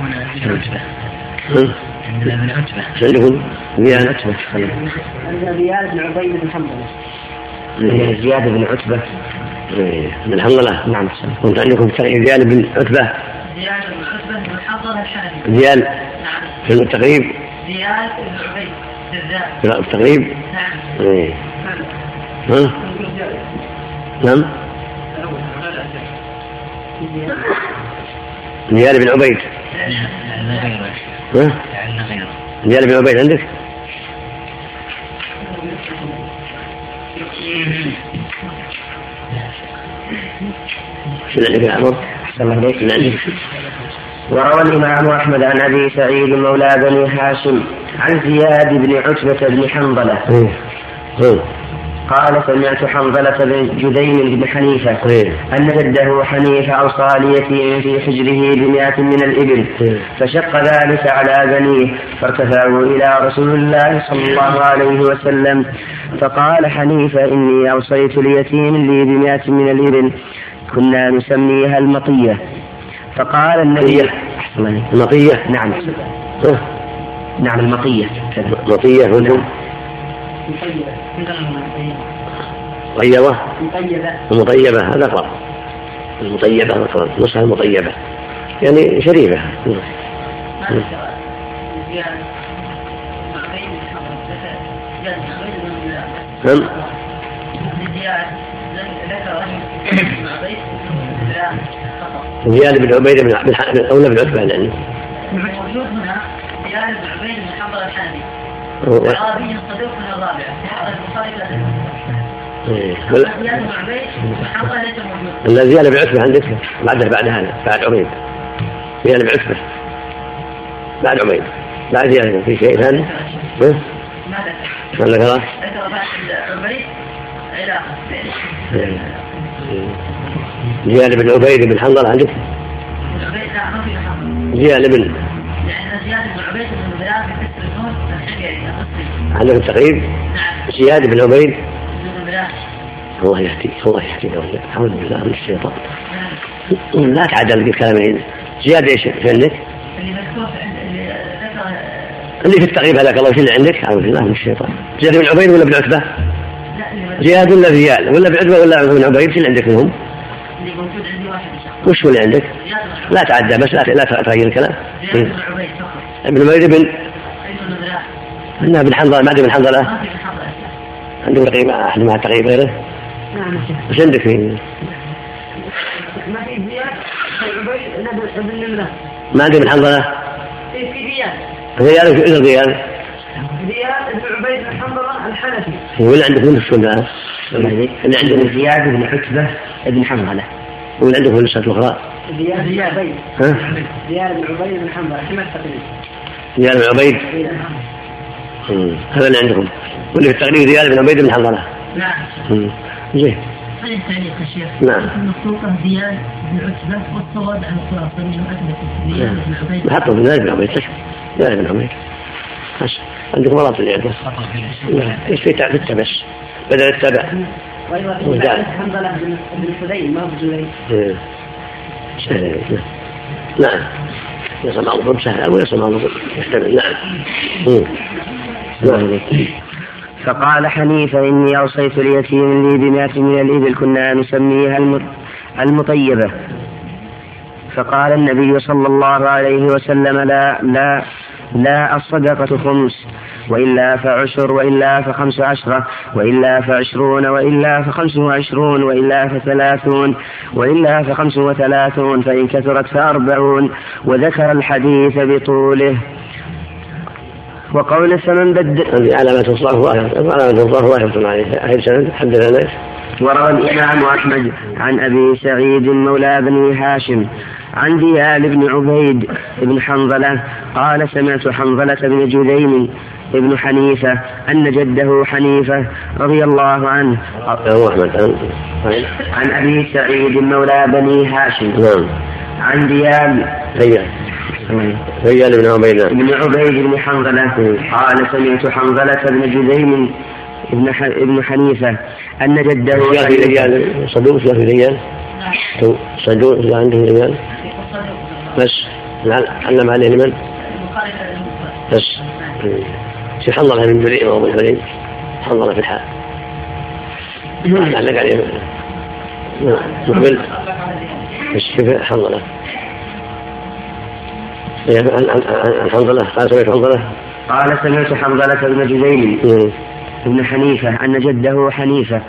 عندنا من عتبة. عندكم زياد عتبة. عندنا زياد بن عبيد بن حنظلة. زياد بن عتبة. من حنظلة. نعم. كنت عندكم زياد بن عتبة. زياد بن عتبة بن حنظلة الحنفي. زياد. نعم. في التقريب. زياد بن عبيد بالذات. في التقريب. نعم. إيه. ها؟ نعم. زياد بن عبيد. ها؟ زياد بن عبيد عندك؟ شو عندك يا عمر؟ أحسن الله عليك. عندك؟ وروى الإمام أحمد عن أبي سعيد مولى بني هاشم عن زياد بن عتبة بن حنظلة قال سمعت حنظلة بن جذيم بن حنيفة أن جده حنيفة أوصى ليتيم في حجره بمئة من الإبل فشق ذلك على بنيه فارتفعوا إلى رسول الله صلى الله عليه وسلم فقال حنيفة إني أوصيت ليتيم لي بمئة من الإبل كنا نسميها المطية فقال النبي المطية. نعم. نعم المطية. مطية عندهم. طيبة. المطيبة هذا فرق. المطيبة هذا فرق. نصها المطيبة يعني شريفة. نعم. زياد بن عبيد بن أولى بن عتبة يعني. الموجود هنا زياد بن عبيد بن حنظلة الحنفي العربي صدوق من الرابعة البخاري لا زياد بن عبيد بن حنظلة ليس موجود. لا زياد بن عتبة عندك بعده بعد هذا بعد عبيد زياد بن عتبة بعد عبيد بعد زياد في شيء ثاني؟ ماذا؟ ولا كذا؟ ذكر بعد عبيد علاقة. زياد بن عبيد بن حنظلة عندك؟ زياد بن لأن زياد بن عبيد بن بلال بكسر النون الحجري الأصلي. عندك التقريب؟ نعم. زياد بن عبيد بن بلال. الله يهديك الله يهديك أعوذ بالله من الشيطان. نعم. لا تعدل بالكلامين. زياد إيش في عندك؟ اللي مكتوب اللي ذكر اللي في التقريب هذاك الله يشيل عندك أعوذ بالله من الشيطان. زياد بن عبيد ولا بن عتبة؟ زياد ولا زياد ولا بعتبة ولا بن عبيد شيل عندك منهم؟ اللي موجود عندي واحد إن شاء الله. وش هو اللي عندك؟ لا تعدى بس لا لا تغير الكلام. زياد بن عبيد فقط. ابن عبيد بن بن بلال. إنها بن حنظلة ما عندك بن حنظلة؟ ما في بن حنظلة. عندك تقريبا أحد مع التقريب غيره؟ نعم. وش عندك فيه؟ ما في زياد بن عبيد بن بلال. ما عندك بن حنظلة؟ في زياد. زياد وش إذا زياد؟ زياد بن عبيد بن حنظلة الحنفي. ولا عندك من السنة؟ اللي عندك زياد بن عتبة بن حنظلة. ولا عندك من النسخة الأخرى؟ زياد بن عبيد. ها؟ زياد بن عبيد بن حنظلة كما التقريب. زياد بن عبيد. هذا اللي عندكم. واللي في التقريب زياد بن عبيد بن حنظلة. نعم. زين. هذه التعليق يا شيخ. نعم. المخطوطة زياد بن عتبة والصواب على الخلاصة من أثبت زياد بن عبيد. حطوا في زياد بن عبيد تشوف. زياد بن عبيد. بس عندك مرات اللي عندك. لا ايش في تعب بس بدل التبع. وزاد حنظلة بن حذين ما هو بزهير. سهل. نعم. يسمع الضرب سهل أو يسمع الضرب يحتمل. نعم. نعم. فقال حنيفة إني أوصيت اليتيم لي بمئة من الإبل كنا نسميها المطيبة. فقال النبي صلى الله عليه وسلم لا لا لا الصدقة خمس وإلا فعشر وإلا فخمس عشرة وإلا فعشرون وإلا فخمس وعشرون وإلا فثلاثون وإلا فخمس وثلاثون فإن كثرت فأربعون. وذكر الحديث بطوله. وقول فمن بدل هذه علامة الصرف واحد علامة الصرف واحد عليه أهل سند حدثنا. وروى الإمام أحمد عن أبي سعيد مولى بني هاشم عن ديال بن عبيد بن حنظلة قال سمعت حنظلة بن جذيم ابن حنيفة أن جده حنيفة رضي الله عنه عن أبي سعيد مولى بني هاشم عن ديال ديال بن عبيد بن عبيد بن حنظلة قال سمعت حنظلة بن جذيم ابن ابن حنيفة أن جده ديال صدوق في ديال صدوق عنده ديال بس علم عليه لمن؟ بس في حنظلة من جريء وابو الحليم حنظلة في الحال علق عليه مقبل بس كيف حنظلة الحنظلة قال سمعت حنظلة قال سمعت حنظلة بن جذيم ابن حنيفة أن جده حنيفة.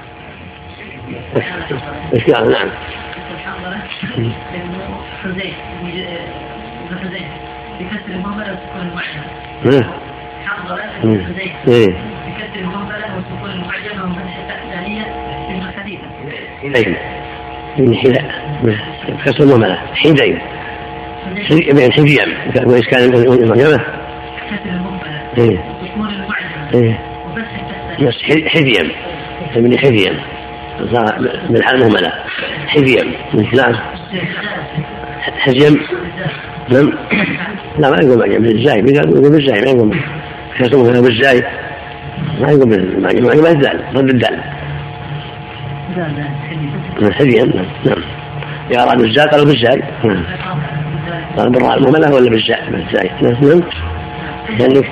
ايش قال؟ نعم. حذين بن حذين بكسر المهملة وسكون المعجمة. حنظلة بن حذين بكسر المهملة وسكون المعجمة وفتح الثانية ابن حنيفة. حذين ابن حذاء بكسر المهملة حذين ابن حذيان وإيش كان المعجمة؟ كسر المهملة وسكون المعجمة وفتح الثانية. بس حذيان ابن حذيان من الحال مهملة حذيان من خلال حزيم. نعم. لا ما يقول معجم بالزاي يقول بالزاي ما يقول يسمونه بالزاي ما يقول بالمعجم ما الدال ضد الدال حذيان. نعم. يا أراد بالزاي قالوا بالزاي قال بالراء المهملة ولا بالزاي بالزاي. نعم. يعني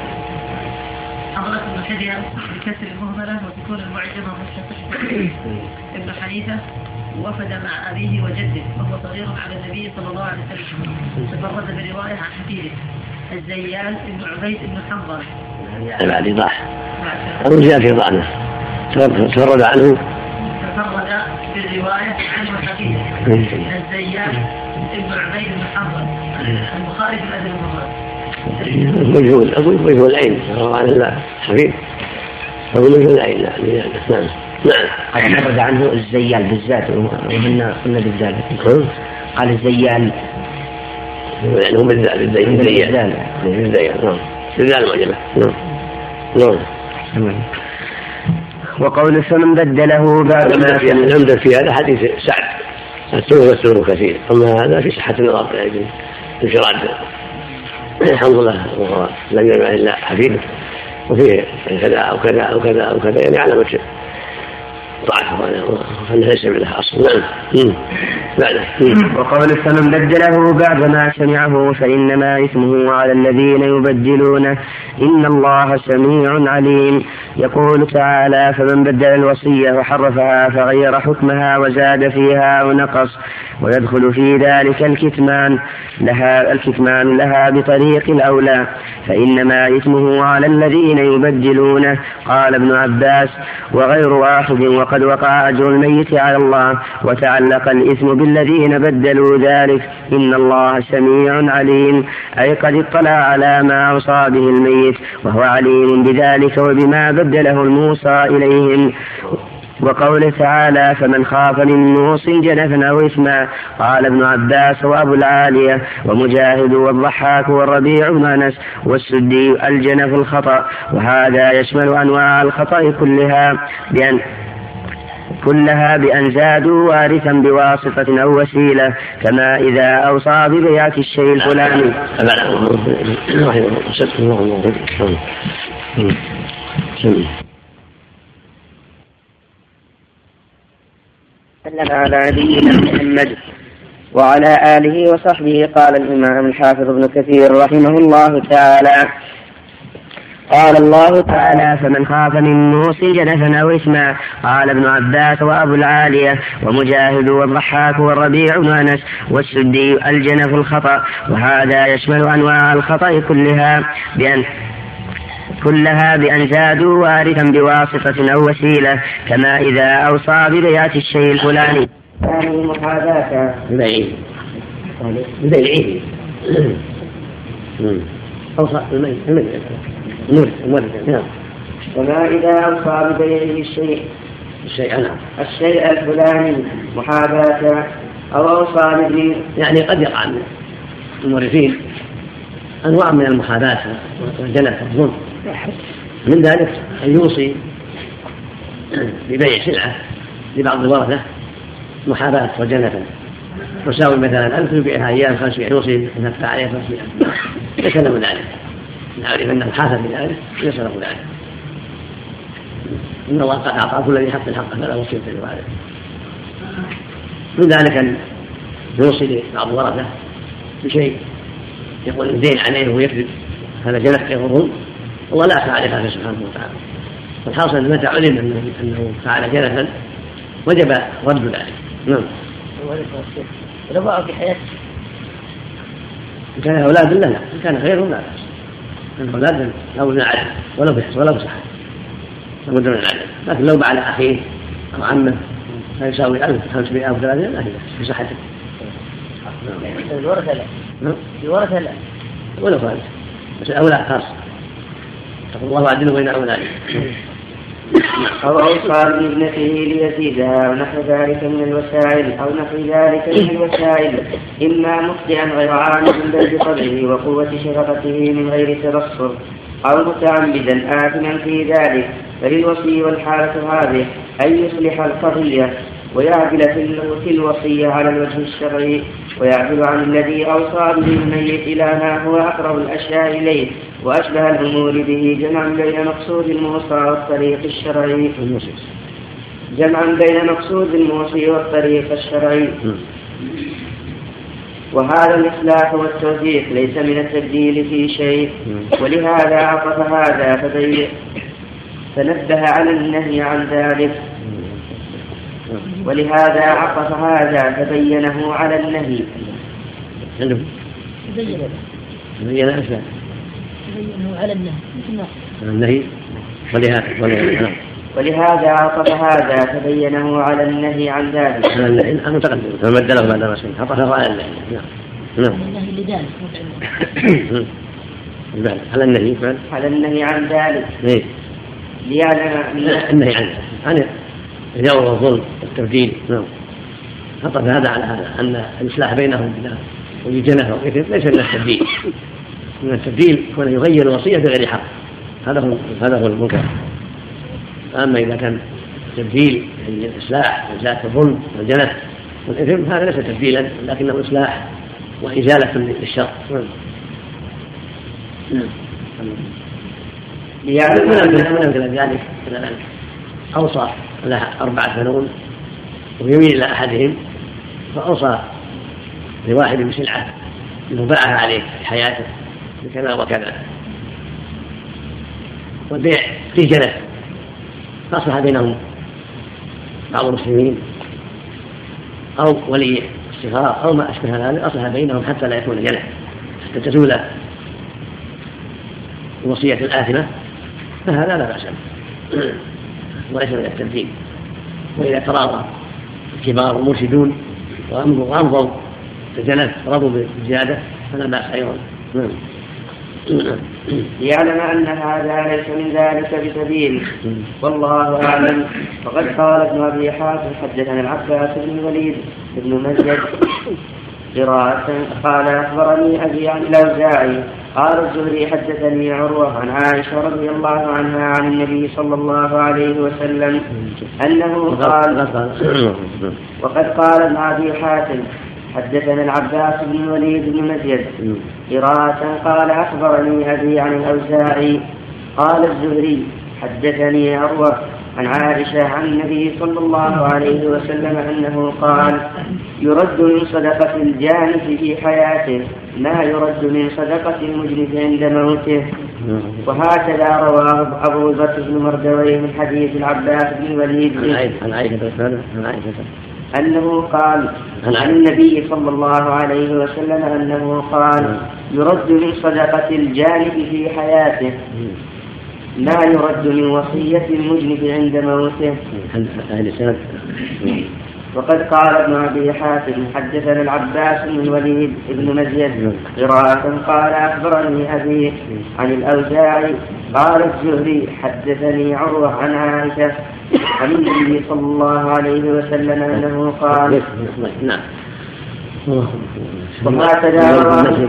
بكسر المهملة وتكون المعجمة مستقبل ابن حنيفة وفد مع أبيه وجده وهو صغير على النبي صلى الله عليه وسلم. تفرد بالرواية عن حفيده الزيال ابن عبيد بن حنظلة. بعد إيضاح الرجال في ضعنه تفرد عنه تفرد بالرواية رواية عنه حكيم الزيات ابن عبيد بن حنظل البخاري في الأدب المفرد. مجهول أقول مجهول العين عن الله حبيب أقول مجهول العين. نعم نعم. قد نرد عنه الزيال بالذات وهن قلنا بالذات قال الزيال يعني هم بالذات بالزيال بالزيال نعم بالذات معجمة نعم نعم. وقول فمن بدله بعد ما العمدة في هذا حديث سعد السوء والسوء كثير، أما هذا في صحة النظر يعني انفراد الحمد لله لم يجمع إلا حفيده وفيه كذا أو كذا أو كذا أو كذا يعني على وجه ضعف فإنه ليس لها أصل. نعم بعده. وقول فمن بدله بعد ما سمعه فإنما إثمه على الذين يبدلونه إن الله سميع عليم. يقول تعالى فمن بدل الوصية وحرفها فغير حكمها وزاد فيها أو نقص ويدخل في ذلك الكتمان لها, الكتمان لها بطريق الأولى فإنما إثمه على الذين يبدلونه. قال ابن عباس وغير واحد وقد وقع أجر الميت على الله وتعلق الإثم بالذين بدلوا ذلك إن الله سميع عليم أي قد اطلع على ما أوصى به الميت وهو عليم بذلك وبما بدله الموصى إليهم. وقوله تعالى فمن خاف من موص جنفا أو إثما قال ابن عباس وأبو العالية ومجاهد والضحاك والربيع بن أنس والسدي الجنف الخطأ وهذا يشمل أنواع الخطأ كلها بأن كلها بأن زادوا وارثا بواسطة أو وسيلة كما إذا أوصى ببيعة الشيء الفلاني. على نبينا محمد وعلى آله وصحبه. قال الإمام الحافظ ابن كثير رحمه الله تعالى قال الله تعالى فمن خاف من موص جنفا أو إثما قال ابن عباس وأبو العالية ومجاهد والضحاك والربيع بن أنس والسدي الجنف الخطأ وهذا يشمل أنواع الخطأ كلها بأن كلها بأن زادوا وارثا بواسطة أو وسيلة كما إذا أوصى ببيعة الشيء الفلاني ثاني محاذاة بالعين بالعين أوصى الميت الميت الميت كما إذا أوصى ببيعه الشيء الشيء نعم الشيء الفلاني محاذاة أو أوصى به يعني قد يقع المورثين أنواع من المحاذاة والجنة والظلم من ذلك أن يوصي ببيع سلعة لبعض الورثة محاذاة وجنة تساوي مثلا ألف يبيعها أيام خمسمائة يوصي نفع عليه خمسمائة ليس له ذلك نعرف أنه حاسب بذلك ليس له ذلك إن الله قد أعطى كل ذي حق الحق فلا وصية لوارث. من ذلك أن يوصي لبعض الورثة بشيء يقول الدين عليه ويكذب هذا جنح يغرهم والله لا فعل هذا سبحانه وتعالى. والحاصل متى علم أنه فعل جنحا وجب رد ذلك. نعم. لو بقى في حياته إن كان أولاد لا لا إن كان غيرهم لا بأس. إن أولاد لو ابن عدل ولو بحث ولو بصحة لابد من العدل. لكن لو بعد أخيه أو عمه فيساوي ألف خمسمائة أو ثلاثين لا في صحته. الورثة لا الورثة لا ولا فعل بس الأولاد خاص تقول الله عدل بين أولادهم أو أوصى بابنته ليزيدها أو نحو ذلك من الوسائل أو نحو ذلك من الوسائل إما مخطئا غير عامد بل بطبعه وقوة شفقته من غير تبصر أو متعمدا آثما في ذلك. فللوصي والحالة هذه أن يصلح القضية ويعدل في الوصية على الوجه الشرعي ويعدل عن الذي أوصى به الميت إلى ما هو أقرب الأشياء إليه وأشبه الأمور به جمعا بين مقصود الموصى والطريق الشرعي جمعا بين مقصود الموصي والطريق الشرعي. وهذا الإصلاح والتوثيق ليس من التبديل في شيء ولهذا عطف هذا فبين فنبه على النهي عن ذلك ولهذا عطف هذا فبينه على النهي بينه بينه على النهي النهي ولهذا ولهذا عطف هذا فبينه على النهي عن ذلك. على النهي أنا متقدم فما له بعد رسول عطفه على النهي. نعم نعم النهي لذلك على النهي على النهي عن ذلك إيه ليعلم النهي عنه عن الجور والظلم والتبديل. نعم عطف هذا على هذا أن الإصلاح بينهم والجنة والإثم ليس من التبديل. من التبديل هو أن يغير الوصية بغير حق، هذا هو هذا هو المنكر. أما إذا كان تبديل الإصلاح وإزالة الظلم والجنة والإثم هذا ليس تبديلا لكنه إصلاح وإزالة للشر. ليعلم من ذلك أوصى لها أربعة بنون ويميل إلى أحدهم فأوصى لواحد بسلعة أنه باعها عليه في حياته بكذا وكذا والبيع فيه جنة فأصلح بينهم بعض المسلمين أو ولي الصغار أو ما أشبه ذلك أصلح بينهم حتى لا يكون جنة حتى تزول الوصية الآثمة فهذا لا بأس به وليس من التبديل. وإذا تراضى الكبار والمرشدون وأمضوا الجنة رضوا بالزيادة فلا بأس أيضا. ليعلم أن هذا ليس من ذلك بسبيل والله أعلم. وقد قال ابن أبي حاتم حدثنا العباس بن الوليد بن مزيد قراءة قال أخبرني أبي عن الأوزاعي قال الزهري حدثني عروة عن عائشة رضي الله عنها عن النبي صلى الله عليه وسلم أنه قال. وقد قال ابن أبي حاتم حدثنا العباس بن الوليد بن مزيد قراءة قال أخبرني أبي عن الأوزاعي قال الزهري حدثني عروة عن عائشة عن النبي صلى الله عليه وسلم أنه قال يرد من صدقة الجانف في حياته ما يرد من صدقة المجنف عند موته. وهكذا رواه أبو بكر بن مردويه من حديث العباس بن الوليد عن عائشة أنه قال عن النبي صلى الله عليه وسلم أنه قال يرد من صدقة الجانف في حياته ما يرد من وصية المجنف عند موته. وقد قال ابن أبي حاتم حدثنا العباس بن الوليد بن مزيد قراءة قال أخبرني أبي عن الأوزاعي قال الزهري حدثني عروة عن عائشة عن النبي صلى الله عليه وسلم أنه قال وهكذا رواه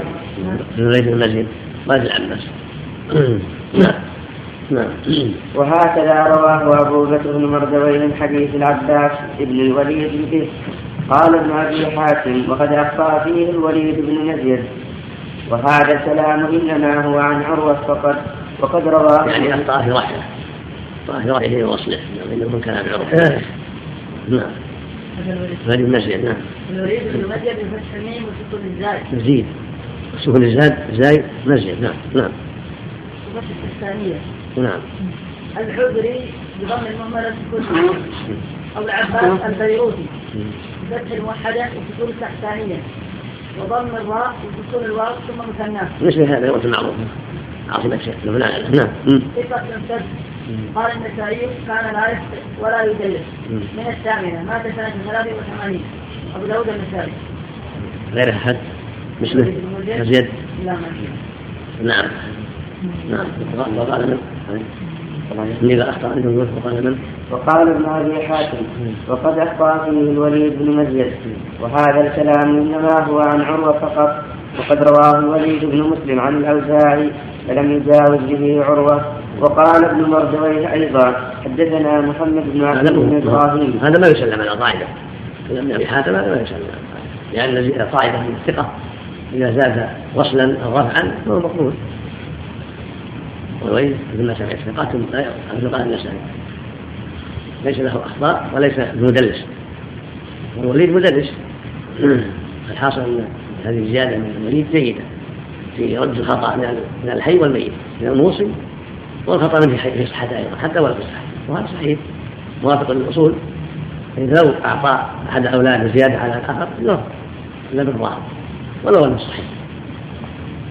وهكذا رواه أبو بكر بن مردويه من حديث العباس بن الوليد بن قال ابن أبي حاتم وقد أخطأ فيه الوليد بن مزيد وهذا الكلام إنما هو عن عروة فقط. وقد رواه يعني أخطأ في رحمه أخطأ في رحمه وصله إنه من كلام عروة. نعم الوليد بن مزيد. نعم الوليد بن مزيد بفتح الميم وسكون الزاي مزيد سكون الزاد زاي مزيد. نعم نعم وفتح الثانية. نعم الحضري بضم المهملة سكون أو العباس البيروتي بفتح الموحدة وسكون الثانية وضم الراء وسكون الواو ثم مثناه. مثل هذا هو المعروف عاصمة شيء. نعم ثقة سد. قال النسائي كان لا يخطئ ولا يدلس من الثامنة مات سنة ثلاثة وثمانين. أبو داود النسائي غير أحد مثله يزيد. نعم نعم وقال من إذا أخطأ عنه وقال من وقال ابن أبي حاتم وقد أخطأ فيه الوليد بن مزيد وهذا الكلام إنما هو عن عروة فقط. وقد رواه الوليد بن مسلم عن الأوزاعي فلم يجاوز به عروة. وقال ابن مردويه أيضا حدثنا محمد بن عبد بن إبراهيم. هذا ما يسلم على قاعدة ابن أبي حاتم هذا ما يسلم لأن قاعدة من الثقة إذا زاد وصلا أو رفعا فهو مقبول. والوليد بن سمع ثقات ثقات النسائي ليس له أخطاء وليس مدلس. والوليد مدلس. الحاصل أن هذه الزيادة من الوليد جيدة في رد الخطأ من الحي والميت من الموصي والخطأ من في الصحة أيضا حتى ولا في الصحة وهذا صحيح موافق للأصول. إذا لو أعطى أحد أولاده زيادة على الآخر لا لا بالظاهر ولو أنه صحيح.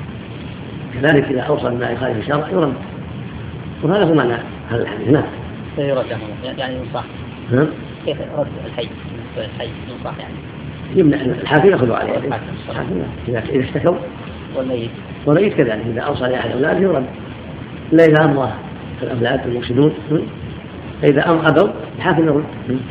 كذلك إذا أوصى بما يخالف الشرع يرد. وهذا هو معنى هذا الحديث. نعم كيف يرد يعني ينصح؟ نعم. كيف رد الحي؟ الحي ينصح يعني. يمنع الحاكم يأخذ عليه. الحاكم إذا اشتكوا. والميت. والميت كذلك إذا أوصى لأحد أولاده يرد. إلا إذا أمضى الأولاد المفسدون. فإذا أبوا الحاكم يرد.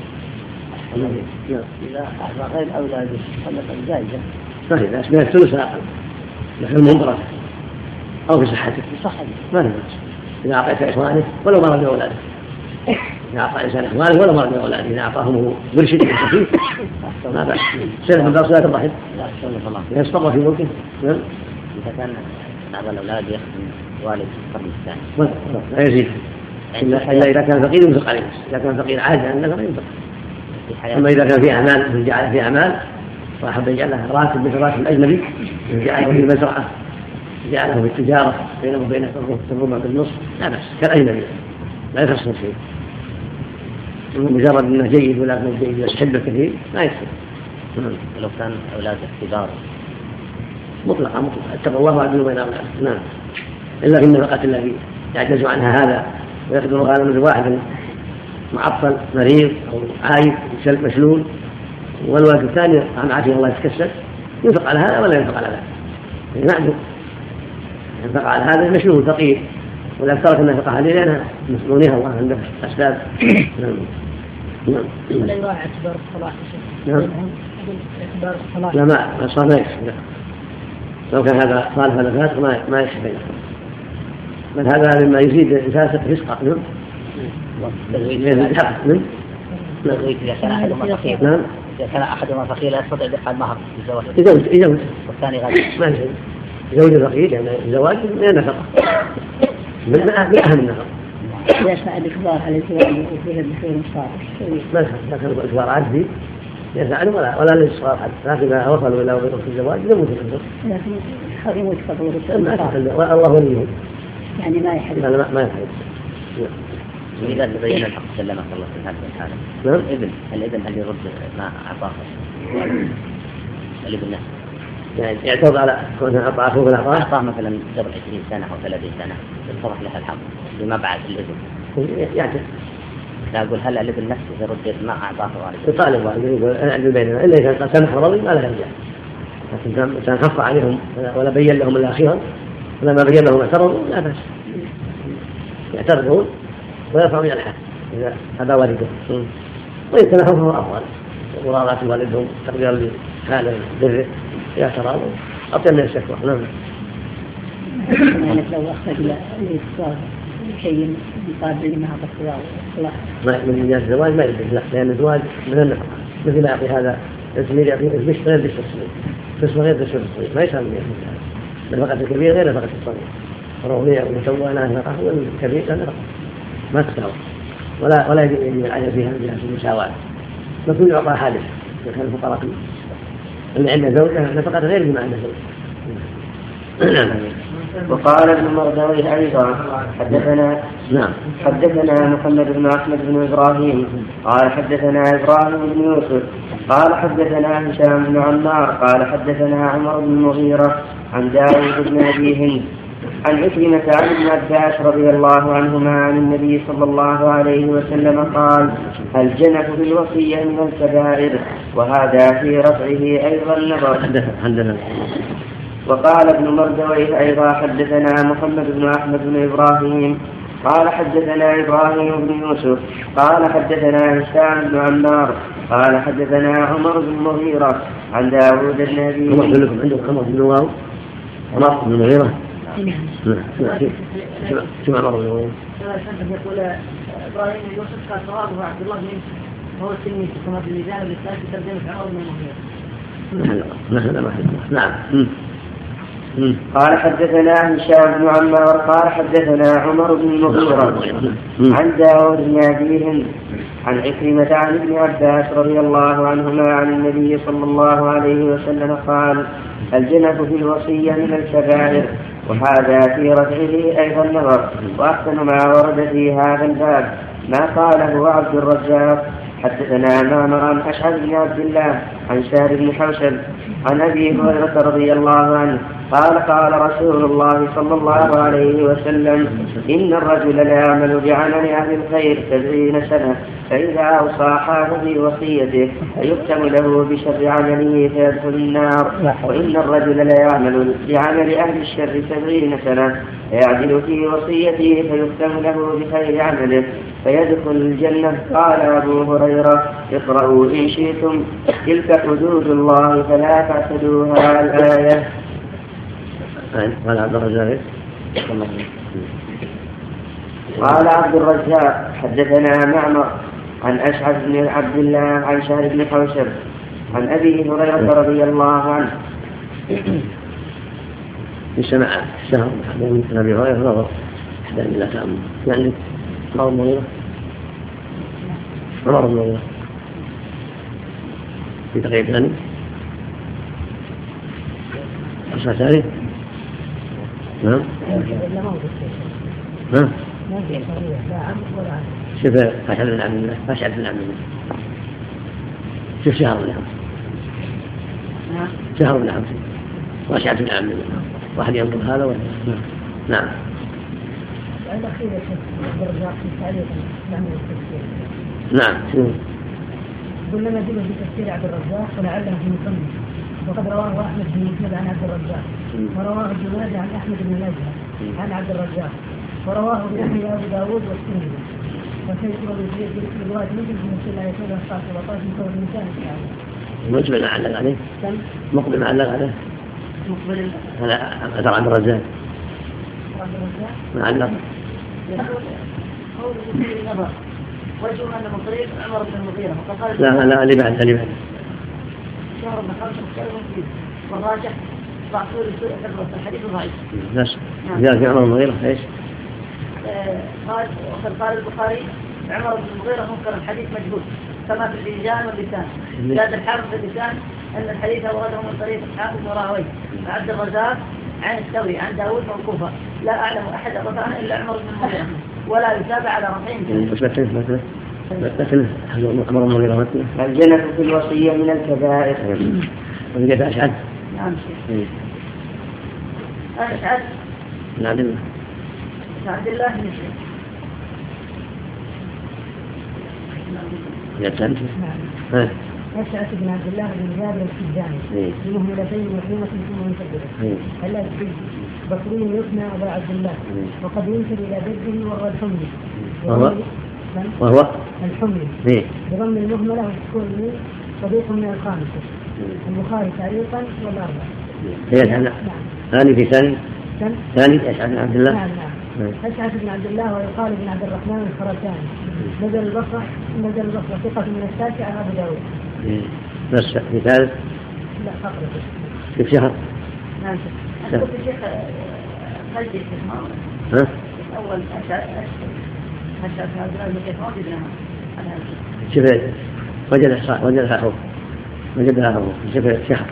إذا أعطى غير أولاده خلفا جائزة. صحيح إذا أشبه الثلث أقل. نحن المنبرة أو في صحته. صحته. ما نبغى. إذا أعطيت إخوانه ولو مرض بأولاده. إذا أعطى إنسان إخوانه ولا مرض بأولاده. إذا أعطاهم برشد خفيف ما بأس. سلف من باب صلاة الرحم. إذا استمر في ملكه. إذا كان بعض الأولاد يخدم والد القرن الثاني. لا يزيد. إلا إذا كان فقير ينفق عليه. إذا كان فقير عاجز عن النفقة ينفق. أما إذا كان في أعمال من جعل في أعمال وأحب يجعلها راتب مثل راتب الأجنبي جعله في المزرعة جعله في التجارة بينه وبين الربع بالنصف لا بأس كالأجنبي لا يخسر شيء. مجرد أنه جيد ولكن جيد يستحب كثير لا يكفي. لو كان أولاده كبار مطلقا مطلقا اتقوا الله وعدلوا بين أولاده. نعم. إلا في النفقات التي يعجز عنها هذا ويقدر غالبا واحد معطل مريض أو عايب مشلول والوالد الثاني عن عافية الله يتكسر ينفق على هذا ولا ينفق على هذا. نعم ينفق على هذا مشلول فقير ولا ترك النفقة عليه لأنها مسؤوليها الله عنده أسباب. نعم. نعم. لا يراعي اعتبار الصلاة. نعم. اعتبار الصلاة. لا ما الصلاة ما يكفي. لو كان هذا صالح ولا فاسق ما ما يكفي بينهم. بل هذا مما يزيد الفاسق فسقا. نعم. نعم. إذا كان أحدهما فقير. نعم. إذا كان أحدهما فقير لا يستطيع دفع المهر للزواج. يزوج يزوج. والثاني غني. ما يزوج. زوج فقير يعني الزواج من النفقة. من أهم النفقة. إذا ساعد كبار على الزواج وفيها بخير صالح. ما ما كان الكبار عادي يساعد ولا ولا للصغار حتى لكن إذا وصلوا إلى وقت الزواج لم يتكلم. لكن حرموا يتفضلوا بالسلام. الله وليهم. يعني ما يحب. لا ما يحب. وإذا تبين الحق سلمك الله في هذه الحالة. نعم. الابن الابن هل يرد ما أعطاه الابن نفسه؟ يعني يعترض على كونه أعطاه أخوه الأعطاه. أعطاه مثلا قبل عشرين سنة أو ثلاثين سنة اتضح له الحق بما بعد الابن. يعترض. لا أقول هل الابن نفسه يرد ما أعطاه والده؟ يطالب والده يقول أنا عندي بيننا إلا إذا كان سمح رضي ما له يرجع. لكن كان خف عليهم ولا بين لهم إلا أخيرا ولما بين لهم اعترضوا لا بأس. يعترضون ويرفعون إلى الحد إذا هذا والده. وإن كان فهو أفضل مراضاة والدهم تقديرا لهذا البر يعترضوا أطيب من الشكوى. نعم. يعني لو أخرج للصغار شيء مقابل لما أعطى الصغار ما من جهة الزواج ما يلبس لا لأن الزواج من النفقة مثل ما يعطي هذا الصغير يعطي البش غير البش الصغير البش غير البش الصغير ما يسمى النفقة الكبير غير نفقة الصغير الرغبية والمسوى لها نفقة والكبير لها نفقة ما تساوي ولا ولا يجب على فيها من جهة المساواة فكل يعطى حادث كان الفقراء اللي عنده زوجة نفقة غير بما عنده زوجة. وقال ابن مردويه أيضا حدثنا نعم حدثنا محمد بن أحمد بن إبراهيم قال حدثنا إبراهيم بن يوسف قال حدثنا هشام بن عمار قال حدثنا عمر بن المغيرة عن داود بن أبي هند عن عكرمة عن ابن عباس رضي الله عنهما عن النبي صلى الله عليه وسلم قال الجنة في الوصية من الكبائر وهذا في رفعه أيضا نظر. حدثنا وقال ابن مردويه أيضا حدثنا محمد بن أحمد بن إبراهيم قال حدثنا إبراهيم بن يوسف قال حدثنا هشام بن عمار قال حدثنا عمر بن المغيرة عن داود بن أبي هند. عندكم عمر بن واو عمر بن المغيرة. شو عمر بن المغيرة؟ يقول إبراهيم بن يوسف قال صوابه عبد الله بن هو التلميذ كما في الميزان والإسلام في ترجمة عمر بن المغيرة. نعم نعم. قال حدثنا هشام بن عمار قال حدثنا عمر بن المغيرة عن داود بن أبي هند عن عكرمة عن ابن عباس رضي الله عنهما عن النبي صلى الله عليه وسلم قال الجنة في الوصية من الكبائر وهذا في رفعه أيضا نظر. وأحسن ما ورد في هذا الباب ما قاله عبد الرزاق حدثنا معمر عن أشعث بن عبد الله عن سهل بن حوشب عن أبي هريرة رضي الله عنه قال قال رسول الله صلى الله عليه وسلم إن الرجل لا يعمل بعمل أهل الخير سبعين سنة فإذا أوصى حاف في وصيته فيختم له بشر عمله فيدخل النار، وإن الرجل لا يعمل بعمل أهل الشر سبعين سنة فيعدل في وصيته فيختم له بخير عمله فيدخل الجنة. قال أبو هريرة اقرأوا إن شئتم تلك حدود الله فلا تعتدوها. الآية. قال عبد الرزاق قال عبد الرزاق حدثنا معمر عن أشعث بن عبد الله عن سهل بن حوشب عن أبي هريرة رضي الله عنه. في سمع الشهر من أبي هريرة نظر أحدى إلى تأمل يعني عمر بن المغيرة عمر بن المغيرة في تقريب ثاني قصة ثاني. نعم ها شوف أشعث بن عبد الله أشعث بن عبد الله شوف شهر بن عبد شهر بن عبد وأشعث بن عبد الله واحد ينظر هذا ولا نعم. نعم قلنا نجد في تفسير عبد الرزاق ولعله في مصنف وقد رواه أحمد بن مسند عن عبد الرزاق ورواه ابن ماجه عن أحمد بن نجح عن عبد الرزاق ورواه ابن أبي داود والترمذي وسيذكر في رواية مسلم بن صلى الله عليه وسلم قال وقال في قول الإنسان مقبل معلق عليه مقبل معلق عليه مقبل هذا أثر عبد الرزاق معلق قول المسلم نظر وجه أن من طريق عمر بن المغيرة لا لا اللي بعد اللي بعد شهر بن خمسة مختلف فيه والراجح ضعفه لسوء حفظه الحديث ضعيف. بس جاء في عمر بن المغيرة ايش؟ قال وقد قال البخاري عمر بن المغيرة منكر الحديث مجهول كما في اللسان واللسان. زاد الحافظ في اللسان أن الحديث ورده من طريق الحافظ وراهويه عبد الرزاق عن الثوري عن داود موقوفا لا أعلم أحد رفعه إلا عمر بن المغيرة ولا يتابع على رفعه. وش مثله مثله مثله عمر بن المغيرة مثله الجنة في الوصية من الكبائر. وجد أشعث. نعم شيخ. أشعث. عبد الله. عبد الله بن مسعود. نعم. نعم. أشعث بن عبد الله بن جابر السجاني بمهملتين وحيمة ثم منفردة. ألا تحج بصري يثنى أبا عبد الله وقد ينسب إلى جده وهو الحمي. وهو وهو الحمي بضم المهملة وسكون صديق من الخامسة. البخاري تعليقا والأربعة. هي نعم. ثاني في ثاني. ثاني أشعث بن عبد الله. نعم نعم. أشعث بن عبد الله ويقال بن عبد الرحمن الخراساني نزل البصرة نزل البصرة ثقة من التاسعة أبو داود. بس في ثالث. لا فقط. في شهر. نعم. أقول الشيخ خلدي في الماء. ها؟ أول أشعث أشعث بن عبد الله بن كيفان بن شوف وجد صح وجدها هو وجدها هو شوف شهر.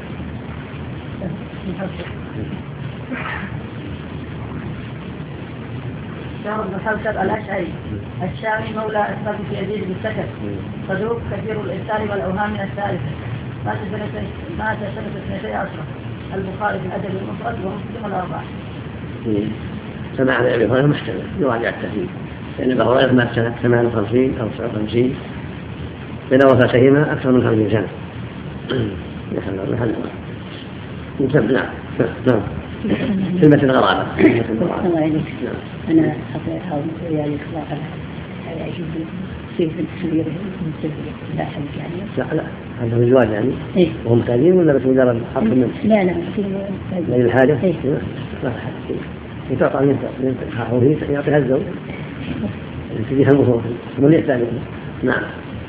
شهر بن حوشب الأشعري الشامي مولى أسباب في يزيد بن سكر صدوق كثير الإرسال والأوهام من الثالثة مات سنة مات سنة اثنتي عشرة. البخاري في الأدب المفرد ومسلم الأربعة. سمع عن أبي هريرة محتمل يراجع التهذيب لأن أبي هريرة مات سنة ثمان وخمسين أو تسعة وخمسين بين وفاتهما أكثر من خمسين سنة. نحن نحن نسمع نعم نعم كلمة الغرابة. الله عليك. أنا أحاول يعني إخلاقا أجيب كيف التصوير لا أحد يعني. لا لا هذا الزواج يعني. إيه. وهم محتاجين ولا بس مجرد حرف منه؟ لا لا. لأجل الحاجة. إيه. لا يتوقع من حاوله يعطيها الزوج. تجيها المفروض من يحتاج. نعم.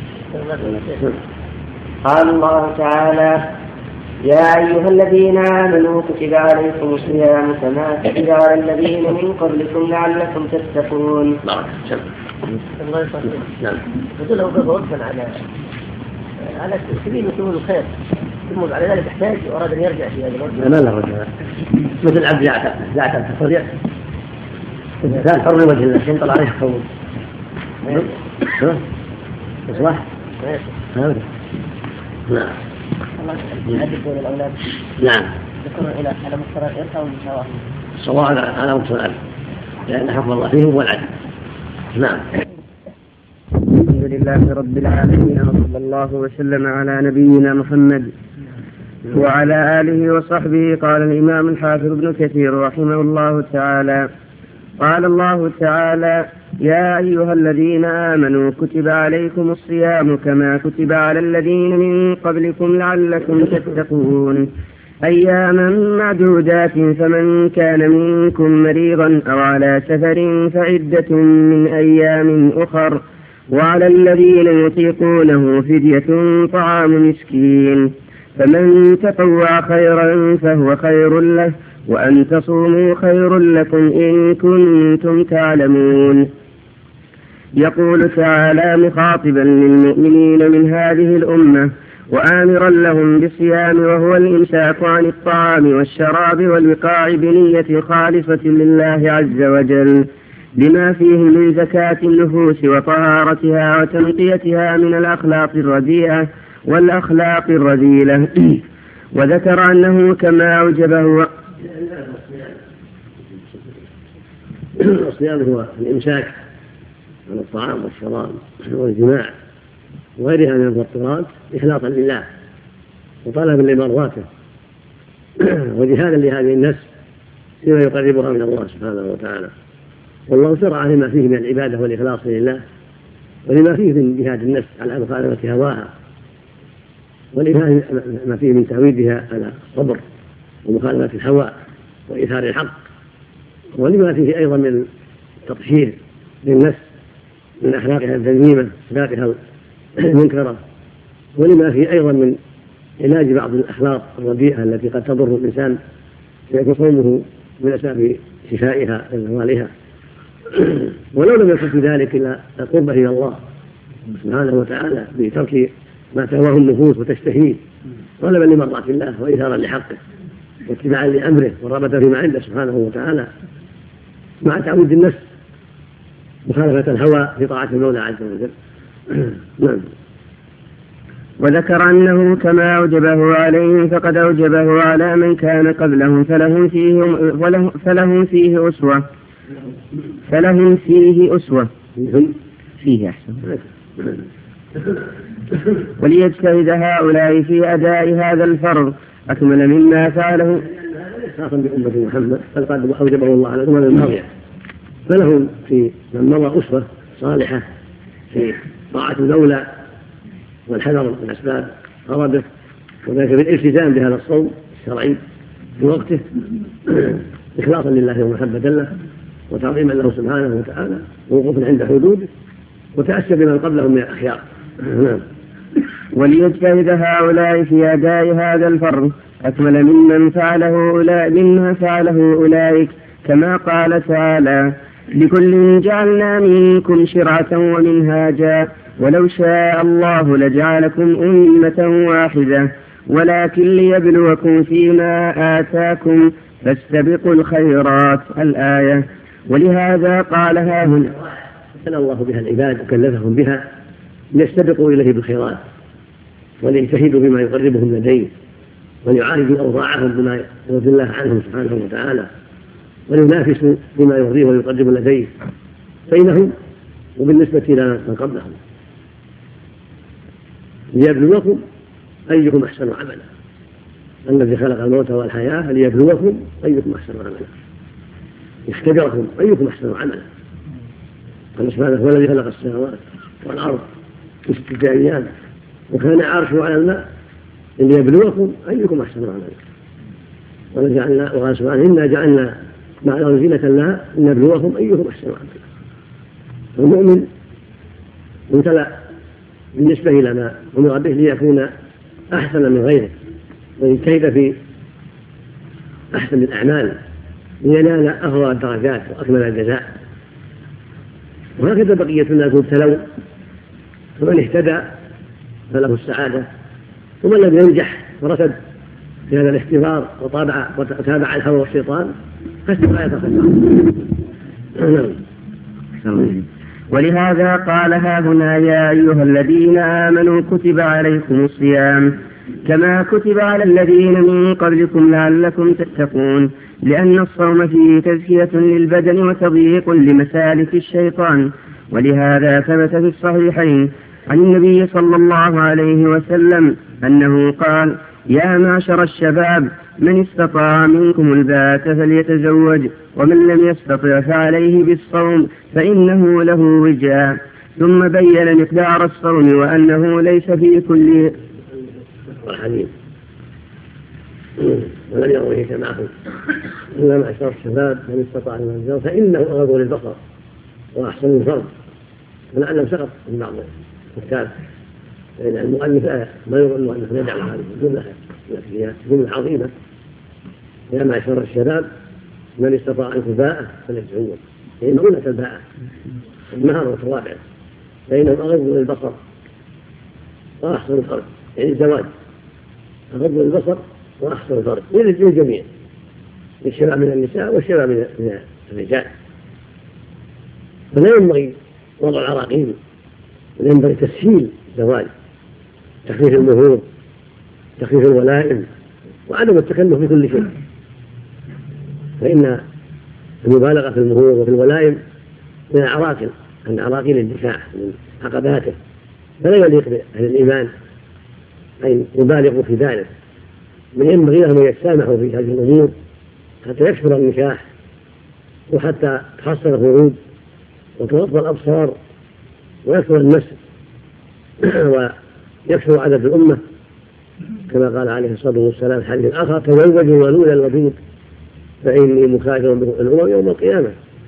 قال الله تعالى يا أيها الذين آمنوا كتب عليكم الصيام كما كتب على الذين من قبلكم لعلكم تتقون. نعم. قلت له بفضل على على سبيل وصول الخير ثم بعد ذلك احتاج وأراد أن يرجع في هذا الوقت. ما له رجع مثل عبد يعتق يعتق تفرع الإنسان حر وجه الله شن طلع عليه خوف. ها؟ إصلاح. هذا. نعم. يؤدبون الأولاد نعم يكونون إلى على مستوى الإرث أو المساواة؟ الصواب على مستوى الأب لأن حكم الله فيه هو العدل. نعم. الحمد لله رب العالمين وصلى الله وسلم على نبينا محمد وعلى آله وصحبه. قال الإمام الحافظ ابن كثير رحمه الله تعالى: قال الله تعالى: يا أيها الذين آمنوا كتب عليكم الصيام كما كتب على الذين من قبلكم لعلكم تتقون أياما معدودات فمن كان منكم مريضا أو على سفر فعدة من أيام أخر وعلى الذين يطيقونه فدية طعام مسكين فمن تطوع خيرا فهو خير له وأن تصوموا خير لكم إن كنتم تعلمون. يقول تعالى مخاطبا للمؤمنين من هذه الأمة وآمرا لهم بالصيام وهو الإمساك عن الطعام والشراب والوقاع بنية خالصة لله عز وجل بما فيه من زكاة النفوس وطهارتها وتنقيتها من الأخلاق الرديئة والأخلاق الرذيلة. وذكر أنه كما أوجبه الصيام هو الإمساك عن الطعام والشراب والجماع وغيرها من المفطرات إخلاصا لله وطلبا لمرضاته وجهادا لهذه النفس فيما يقربها من الله سبحانه وتعالى. والله شرع لما فيه من العبادة والإخلاص لله ولما فيه من جهاد النفس على مخالفة هواها ولما فيه من تعويدها على الصبر ومخالفة الهوى وإيثار الحق ولما فيه أيضا من تطهير للنفس من أخلاقها الذميمة أخلاقها المنكرة ولما فيه أيضا من علاج بعض الأخلاق الرديئة التي قد تضر الإنسان فيكون صومه من أسباب شفائها وزوالها. ولو لم يكن في ذلك إلا القرب إلى الله سبحانه وتعالى بترك ما تهواه النفوس وتشتهيه طلبا لمرضاة الله وإيثارا لحقه واتباعا لأمره والرغبة فيما عنده سبحانه وتعالى مع تعود النفس مخالفة الهوى في طاعة المولى عز وجل. نعم. وذكر أنه كما أوجبه عليهم فقد أوجبه على من كان قبلهم فلهم فيه, فلهم فيه أسوة فلهم فيه أسوة فيه أحسن وليجتهد هؤلاء في أداء هذا الفرض أكمل مما فعله خاصا بأمة محمد فقد أوجبه الله على الأمم الماضية فلهم في من مضى أسوة صالحة في طاعة المولى والحذر من أسباب غضبه وذلك بالالتزام بهذا الصوم الشرعي في وقته إخلاصا لله ومحبة له وتعظيما له سبحانه وتعالى ووقوفا عند حدوده وتأسى بمن قبلهم من الأخيار. وليجتهد هؤلاء في أداء هذا الفرض أكمل ممن فعله أولئك مما فعله أولئك كما قال تعالى: لكل جعلنا منكم شرعة ومنهاجا ولو شاء الله لجعلكم أمة واحدة ولكن ليبلوكم فيما آتاكم فاستبقوا الخيرات الآية. ولهذا قالها هنا سأل الله بها العباد وكلفهم بها ليستبقوا إليه بالخيرات وليجتهدوا بما يقربهم لديه وليعالجوا أوضاعهم بما يرضي الله عنهم سبحانه وتعالى ولينافسوا بما يرضيه ويقرب لديه بينهم وبالنسبة إلى من قبلهم ليبلوكم أيكم أحسن عملا. الذي خلق الموت والحياة ليبلوكم أيكم أحسن عملا يختبركم أيكم أحسن عملا. قال سبحانه: هو الذي خلق السماوات والأرض في ستة أيام وكان عرشه على الماء ليبلوكم أيكم أحسن عملا. وقال سبحانه: إنا جعلنا مع الأرض زينة لها لنبلوكم أيكم أحسن عملا. المؤمن يبتلى بالنسبة إلى ما أمر به ليكون أحسن من غيره ويجتهد في أحسن الأعمال لينال أفضل الدرجات وأكمل الجزاء. وهكذا بقية الناس ابتلوا فمن اهتدى فله السعادة ومن لم ينجح ورسد في هذا الاختبار وطابع وتابع الهوى والشيطان فاستبقى يتخسر. ولهذا قال ها هنا: يا أيها الذين آمنوا كتب عليكم الصيام كما كتب على الذين من قبلكم لعلكم تتقون، لأن الصوم فيه تزكية للبدن وتضييق لمسالك الشيطان. ولهذا ثبت في الصحيحين عن النبي صلى الله عليه وسلم أنه قال: يا معشر الشباب، من استطاع منكم الباءة فليتزوج، ومن لم يستطع فعليه بالصوم فإنه له وجاء. ثم بين مقدار الصوم وأنه ليس في كل الحديث ولم يروه جماعة إلا معشر الشباب من استطاع منكم الباءة فإنه أغض للبصر وأحسن الفرج. ولعله سقط من بعض الكتاب، لأن المؤلف ما يظن أنه يدع هذه الجملة فيها جملة عظيمة: يا معشر الشباب من استطاع منكم الباءة فليتزوج. هي مؤونة الباءة النهر والتوابع، فإنه أغض للبصر وأحسن الفرج، يعني الزواج أغض للبصر وأحسن الفرج للجميع، للشباب من النساء والشباب من الرجال. فلا ينبغي وضع العراقيل، بل ينبغي تسهيل الزواج، تخفيف المهور، تخفيف الولائم، وعدم التكلف في كل شيء. فإن المبالغة في المهور وفي الولائم من العراقيل عن عراقيل الدفاع من عقباته، فلا يليق بأهل الإيمان أن يبالغوا في ذلك، بل ينبغي لهم أن يتسامحوا في هذه الأمور حتى يكثر النكاح، وحتى تحصل الفروج وتغض الأبصار ويكثر النسل ويكثر عدد الأمة، كما قال عليه الصلاة والسلام حديث الآخر: تزوجوا ولول الودود فإني مكافر بكم الأمم يوم القيامة.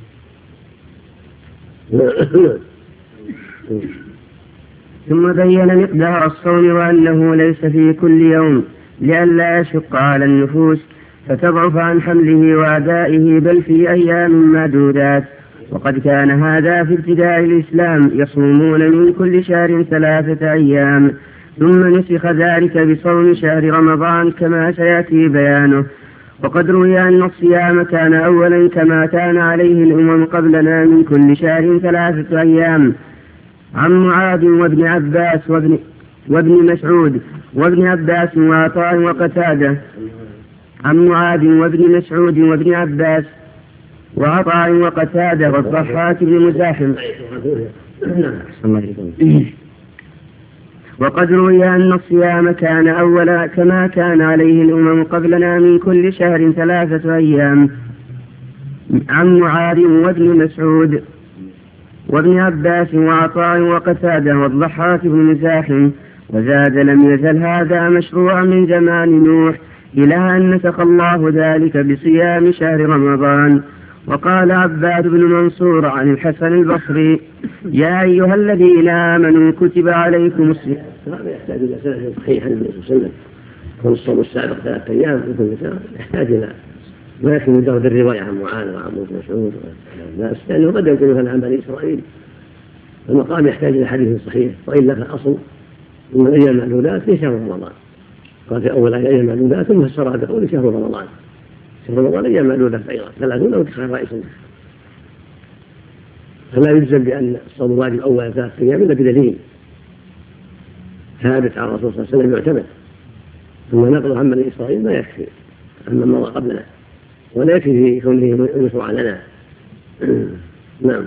ثم بين مقدار الصوم وأنه ليس في كل يوم لئلا يشق على النفوس فتضعف عن حمله وأدائه، بل في أيام معدودات. وقد كان هذا في ابتداء الإسلام، يصومون من كل شهر ثلاثة أيام، ثم نسخ ذلك بصوم شهر رمضان كما سيأتي بيانه. وقد روي أن الصيام كان أولا كما كان عليه الأمم قبلنا من كل شهر ثلاثة أيام، عن معاذ وابن عباس وابن, وابن مسعود وابن عباس وعطاء وقتادة، عن معاذ وابن مسعود وابن عباس وعطاء وقتادة والضحاك بن مزاحم. وقد روي أن الصيام كان أولا كما كان عليه الأمم قبلنا من كل شهر ثلاثة أيام، عن معاذ وابن مسعود وابن عباس وعطاء وقتادة والضحاك بن مزاحم. وزاد: لم يزل هذا مشروعا من زمان نوح إلى أن نسخ الله ذلك بصيام شهر رمضان. وقال عباد بن منصور عن الحسن البصري: يا أيها الذين آمنوا كتب عليكم الصيام. هذا يحتاج إلى سنة صحيحة للنبي صلى الله عليه وسلم، والصوم السابق ثلاثة أيام في كل سنة يحتاج إلى ما يكفي مجرد الرواية عن معاذ وعن ابن مسعود والناس، لأنه قد يكون مثلا عن بني إسرائيل، المقام يحتاج إلى حديث صحيح. وإلا فالأصل من أيام معدودات في شهر رمضان، قال في أول أيام معدودات ثم فسرها بقول شهر رمضان. شهر رمضان أيام معدودات أيضا ثلاثون أو تسعة وعشرين، فلا يلزم بأن الصوم واجب أول ثلاثة أيام إلا بدليل ثابت عن الرسول صلى الله عليه وسلم يعتمد. ثم نقل عن بني إسرائيل ما يكفي عما مضى قبلنا، ولا يكفي في كونه مشروع لنا. نعم.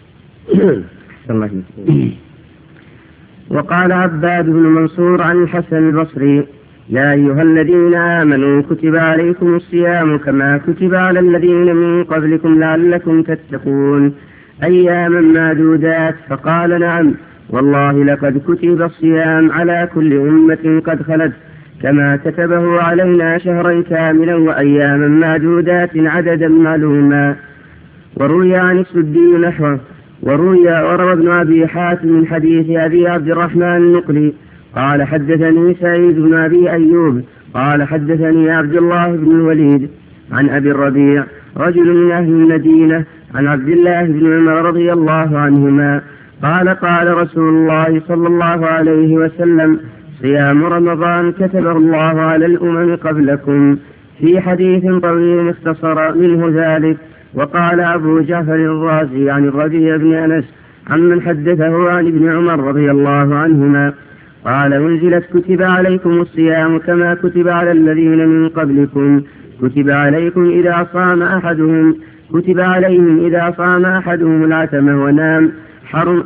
وقال عباد بن منصور عن الحسن البصري: يا أيها الذين آمنوا كتب عليكم الصيام كما كتب على الذين من قبلكم لعلكم تتقون أياما معدودات. فقال: نعم والله لقد كتب الصيام على كل أمة قد خلت كما كتبه علينا شهرا كاملا وأياما معدودات عددا معلوما. وروي عن السدي نحوه. وروي وروى ابن أبي حاتم من حديث أبي عبد الرحمن النقلي قال: حدثني سعيد بن أبي أيوب قال: حدثني عبد الله بن الوليد عن أبي الربيع رجل من أهل المدينة عن عبد الله بن عمر رضي الله عنهما قال: قال رسول الله صلى الله عليه وسلم: صيام رمضان كتبه الله على الأمم قبلكم، في حديث طويل اختصر منه ذلك. وقال أبو جعفر الرازي عن الربيع بن أنس عمن حدثه عن ابن عمر رضي الله عنهما قال أنزلت كتب عليكم الصيام كما كتب على الذين من قبلكم كتب عليكم إذا صام أحدهم كتب عليهم إذا صام أحدهم العتمة ونام حرم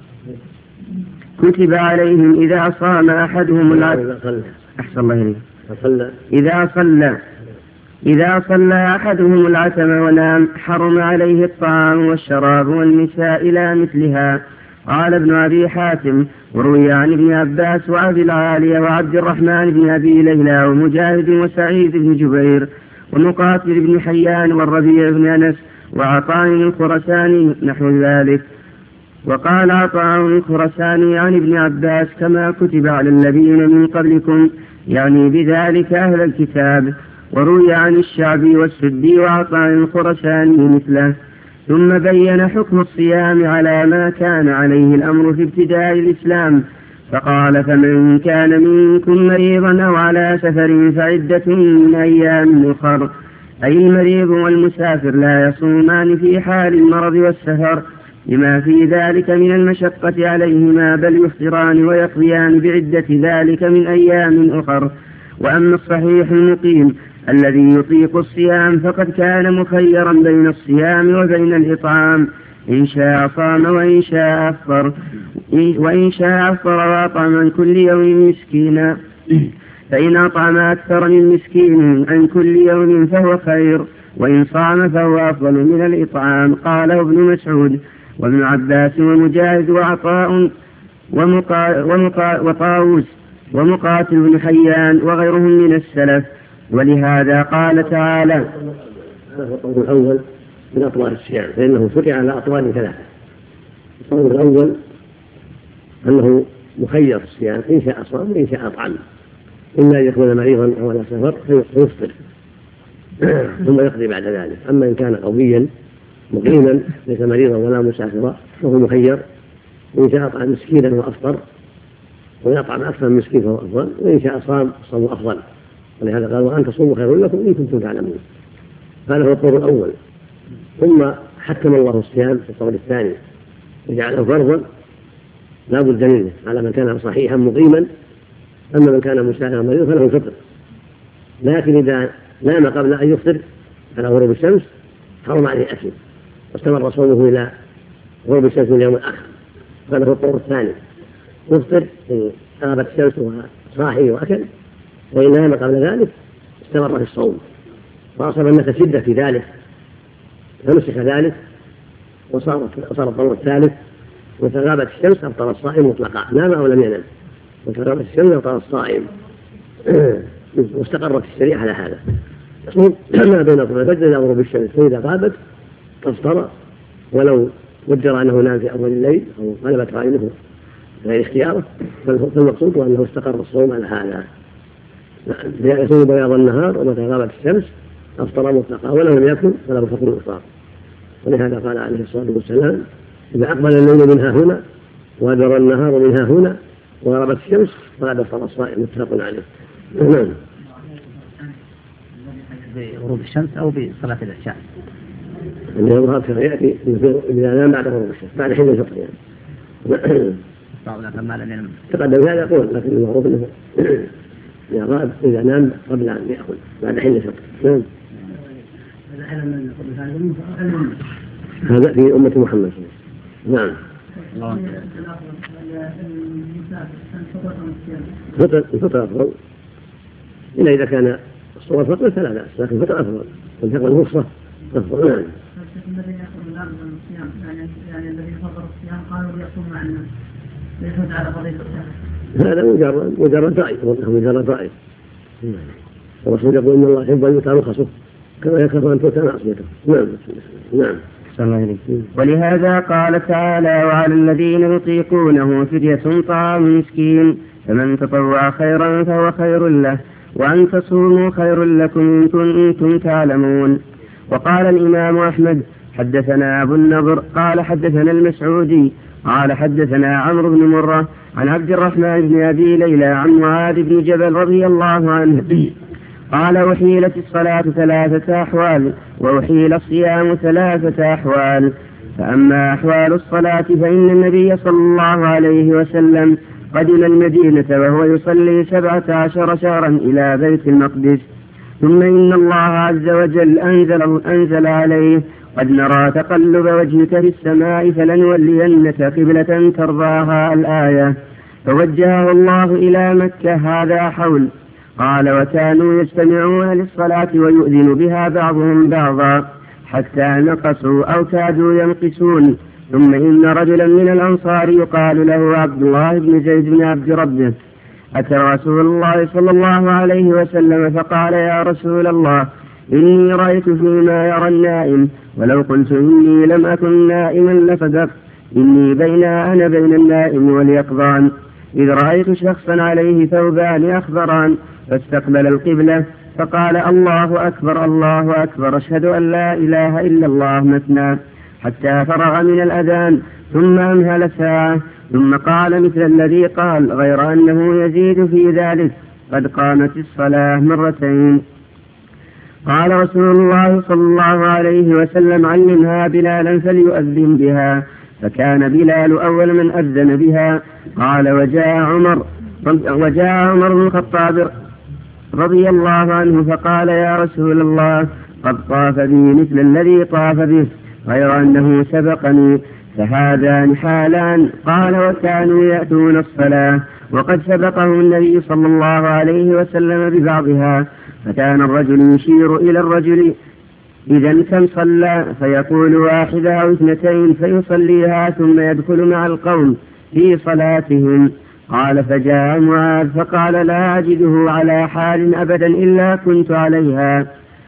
كتب عليهم إذا صام أحدهم العتمة أحسن الله إليك إذا صلى إذا صلى أحدهم العتمة ونام حرم عليه الطعام والشراب والنساء إلى مثلها. قال ابن أبي حاتم وروي عن ابن عباس وأبي العالية وعبد الرحمن بن أبي ليلى ومجاهد وسعيد بن جبير ومقاتل بن حيان والربيع بن أنس وعطاء الخرساني نحو ذلك. وقال عطاء الخرساني عن ابن عباس كما كتب على الذين من قبلكم يعني بذلك أهل الكتاب. وروي عن الشعبي والسدي وعطاء الخرساني مثله. ثم بين حكم الصيام على ما كان عليه الأمر في ابتداء الإسلام فقال فمن كان منكم مريضا أو على سفر فعدة من أيام أخر أي المريض والمسافر لا يصومان في حال المرض والسفر لما في ذلك من المشقة عليهما بل يفطران ويقضيان بعدة ذلك من أيام أخر. وأما الصحيح المقيم الذي يطيق الصيام فقد كان مخيرا بين الصيام وبين الإطعام إن شاء صام وإن شاء أفطر وإن شاء أفطر وأطعم من كل يوم مسكينا فإن أطعم أكثر من مسكين عن كل يوم فهو خير وإن صام فهو أفضل من الإطعام. قاله ابن مسعود وابن عباس ومجاهد وعطاء ومقا ومقا وطاووس ومقاتل بن حيان وغيرهم من السلف. ولهذا قال تعالى هذا هو القول الأول من أطوار الصيام فإنه شرع على أطوار ثلاثة. القول الأول أنه مخير في الصيام إن شاء صام وإن شاء أطعم إما أن يكون مريضا أو على سفر فيفطر ثم يقضي بعد ذلك. أما إن كان قويا مقيما ليس مريضا ولا مسافرا فهو مخير إن شاء أطعم مسكينا وأفطر وإن أطعم أكثر من مسكين فهو أفضل وإن شاء صام صوم أفضل. ولهذا قال وأن تصوموا خير لكم إن كنتم تعلمون. هذا هو القول الأول. ثم حكم الله الصيام في القول الثاني وجعله فرضا لا بد منه على من كان صحيحا مقيما. أما من كان مسافرا مريضا فله الفطر لكن إذا نام قبل أن يفطر على غروب الشمس حرم عليه أكل واستمر صومه إلى غروب الشمس من اليوم الآخر. هذا هو القول الثاني يفطر إن غابت الشمس وصاحي وأكل وإن نام قبل ذلك استمر في الصوم وأصاب الناس شدة في ذلك فنسخ ذلك وصار صار القول الثالث وتغابت الشمس أفطر الصائم مطلقا نام أو لم ينم وتغابت الشمس أفطر الصائم واستقرت الشريعة على هذا. يصوم ما بين طلوع الفجر إلى غروب الشمس فإذا غابت أفطر ولو قدر أنه نام في أول الليل أو غلبت غائبته غير اختياره فالمقصود هو أنه استقر الصوم على هذا. يصوم بياض النهار ومتى غابت الشمس أفطر مطلقا ولو لم يكن فله فطر الإفطار. ولهذا قال عليه الصلاة والسلام إذا أقبل الليل منها هنا وأدبر النهار منها هنا وغربت الشمس فقد أفطر الصائم متفق عليه. نعم. بغروب الشمس أو بصلاة العشاء. اللي هو هذا يأتي إذا نام بعد غروب الشمس بعد حين الفطر يعني. تقدم هذا يقول لكن المعروف أنه إذا غاب إذا نام قبل أن يأكل بعد حين الفطر. نعم. هذا في أمة محمد. نعم. الفطر الفطر أفضل إلا إذا كان الصوم الفطر فلا بأس لكن الفطر أفضل والفطر الوسطى أفضل. نعم. الذي يأخذ الأرض من الصيام يعني الذي فطر الصيام قالوا يصوم مع الناس ليس على فضيلة الصيام. هذا مجرد مجرد رأي مجرد رأي. الرسول يقول إن الله يحب أن يؤتى رخصه كما يكره أن تؤتى معصيته. نعم. نعم. ولهذا قال تعالى وعلى الذين يطيقونه فدية طعام مسكين فمن تطوع خيرا فهو خير له وأن تصوموا خير لكم إن كنتم تعلمون. وقال الإمام أحمد حدثنا أبو النضر قال حدثنا المسعودي قال حدثنا عمرو بن مرة عن عبد الرحمن بن أبي ليلى عن معاذ بن جبل رضي الله عنه قال أحيلت الصلاة ثلاثة أحوال وأحيل الصيام ثلاثة أحوال. فأما أحوال الصلاة فإن النبي صلى الله عليه وسلم قدم المدينة وهو يصلي سبعة عشر شهرا إلى بيت المقدس. ثم إن الله عز وجل أنزل, أنزل عليه: قد نرى تقلب وجهك في السماء فلنولينك قبلة ترضاها الآية. فوجهه الله إلى مكة. هذا حول. قال: وكانوا يجتمعون للصلاة ويؤذن بها بعضهم بعضا حتى نقصوا أو كادوا ينقصون. ثم إن رجلا من الأنصار يقال له عبد الله بن زيد بن عبد ربه أتى رسول الله صلى الله عليه وسلم فقال: يا رسول الله، إني رأيت فيما يرى النائم، ولو قلت إني لم أكن نائما لصدقت، إني بين أنا بين النائم واليقظان، إذ رأيت شخصا عليه ثوبان أخضران فاستقبل القبلة فقال: الله أكبر الله أكبر، أشهد أن لا إله إلا الله مثنى، حتى فرغ من الأذان، ثم أمهل ساعة، ثم قال مثل الذي قال، غير أنه يزيد في ذلك: قد قامت الصلاة مرتين. قال رسول الله صلى الله عليه وسلم: علمها بلالا فليؤذن بها. فكان بلال أول من أذن بها. قال: وجاء عمر وجاء عمر بن الخطاب رضي الله عنه فقال: يا رسول الله، قد طاف بي مثل الذي طاف به، غير أنه سبقني، فهذان حالان. قال: وكانوا يأتون الصلاة وقد سبقه النبي صلى الله عليه وسلم ببعضها، فكان الرجل يشير إلى الرجل إذا كم صلى، فيقول واحدة أو اثنتين فيصليها ثم يدخل مع القوم في صلاتهم. قال: فجاء معاذ فقال: لا أجده على حال أبدا إلا كنت عليها،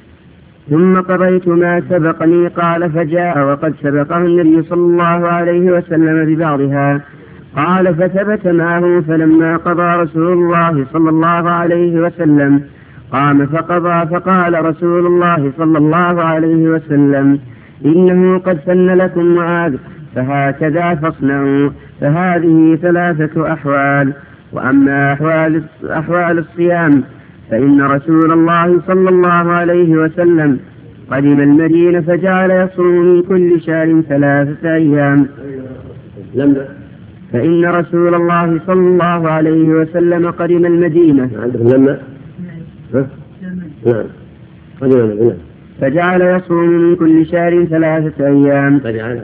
ثم قضيت ما سبقني. قال: فجاء وقد سبقه النبي صلى الله عليه وسلم ببعضها. قال: فثبت معه، فلما قضى رسول الله صلى الله عليه وسلم قام فقضى، فقال رسول الله صلى الله عليه وسلم: إنه قد سن لكم معاذ، فهكذا فاصنعوا. فهذه ثلاثة أحوال. وأما أحوال, أحوال الصيام فإن رسول الله صلى الله عليه وسلم قدم المدينة فجعل يصوم من كل شهر ثلاثة أيام. فإن رسول الله صلى الله عليه وسلم قدم المدينة لما نعم قدم فجعل يصوم من كل شهر ثلاثة أيام.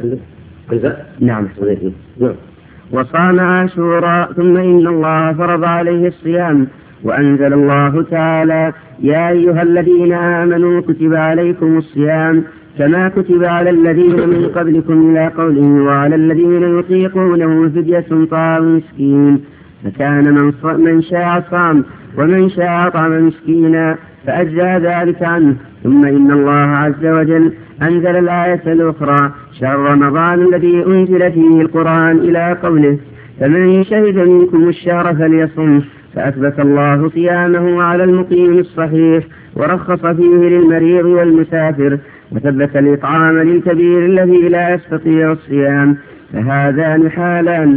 نعم. نعم. وصام عاشوراء. ثم إن الله فرض عليه الصيام، وأنزل الله تعالى: يا أيها الذين آمنوا كتب عليكم الصيام كما كتب على الذين من قبلكم، إلى قوله: وعلى الذين يطيقونه فدية طعام مسكين، فكان من, من شاء صام ومن شاء طعم مسكينا، فأجزى ذلك عنه. ثم إن الله عز وجل أنزل الآية الأخرى: شهر رمضان الذي أنزل فيه القرآن، إلى قوله: فمن شهد منكم الشهر فليصم، فأثبت الله صيامه على المقيم الصحيح، ورخص فيه للمريض والمسافر، وثبت الإطعام للكبير الذي لا يستطيع الصيام. فهذان حالان.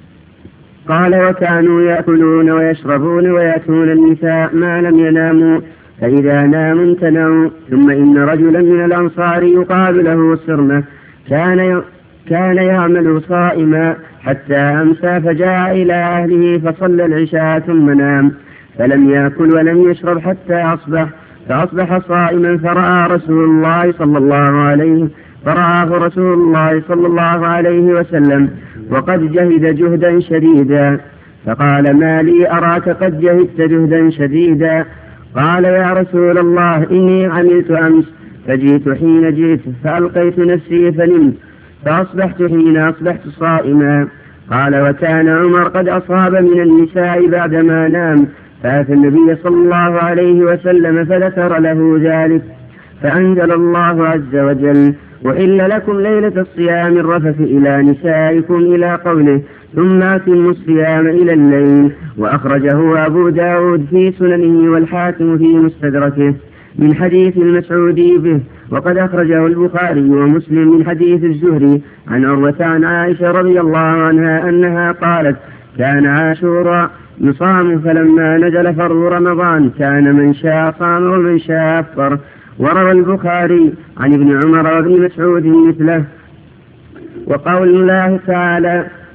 قال: وكانوا يأكلون ويشربون ويأتون النساء ما لم يناموا، فإذا ناموا امتنعوا. ثم إن رجلا من الأنصار يقال له صرمة كان كان يعمل صائما حتى أمسى، فجاء إلى أهله فصلى العشاء ثم نام، فلم يأكل ولم يشرب حتى أصبح، فأصبح صائما. فرأى رسول الله صلى الله عليه فرآه رسول الله صلى الله عليه وسلم وقد جهد جهدا شديدا، فقال: ما لي أراك قد جهدت جهدا شديدا؟ قال: يا رسول الله، إني عملت أمس فجئت حين جئت فألقيت نفسي فنمت، فأصبحت حين أصبحت صائما. قال: وكان عمر قد أصاب من النساء بعدما نام، فأتى النبي صلى الله عليه وسلم فذكر له ذلك، فأنزل الله عز وجل: وإلا لكم ليلة الصيام الرفث إلى نسائكم، إلى قوله: ثم أتموا الصيام إلى الليل. وأخرجه أبو داود في سننه والحاكم في مستدركه من حديث المسعودي به، وقد أخرجه البخاري ومسلم من حديث الزهري عن عروة عن عائشة رضي الله عنها أنها قالت: كان عاشوراء يصام، فلما نزل فرض رمضان كان من شاء صام ومن شاء أفطر. وروى البخاري عن ابن عمر وابن مسعود مثله. وقول الله تعالى: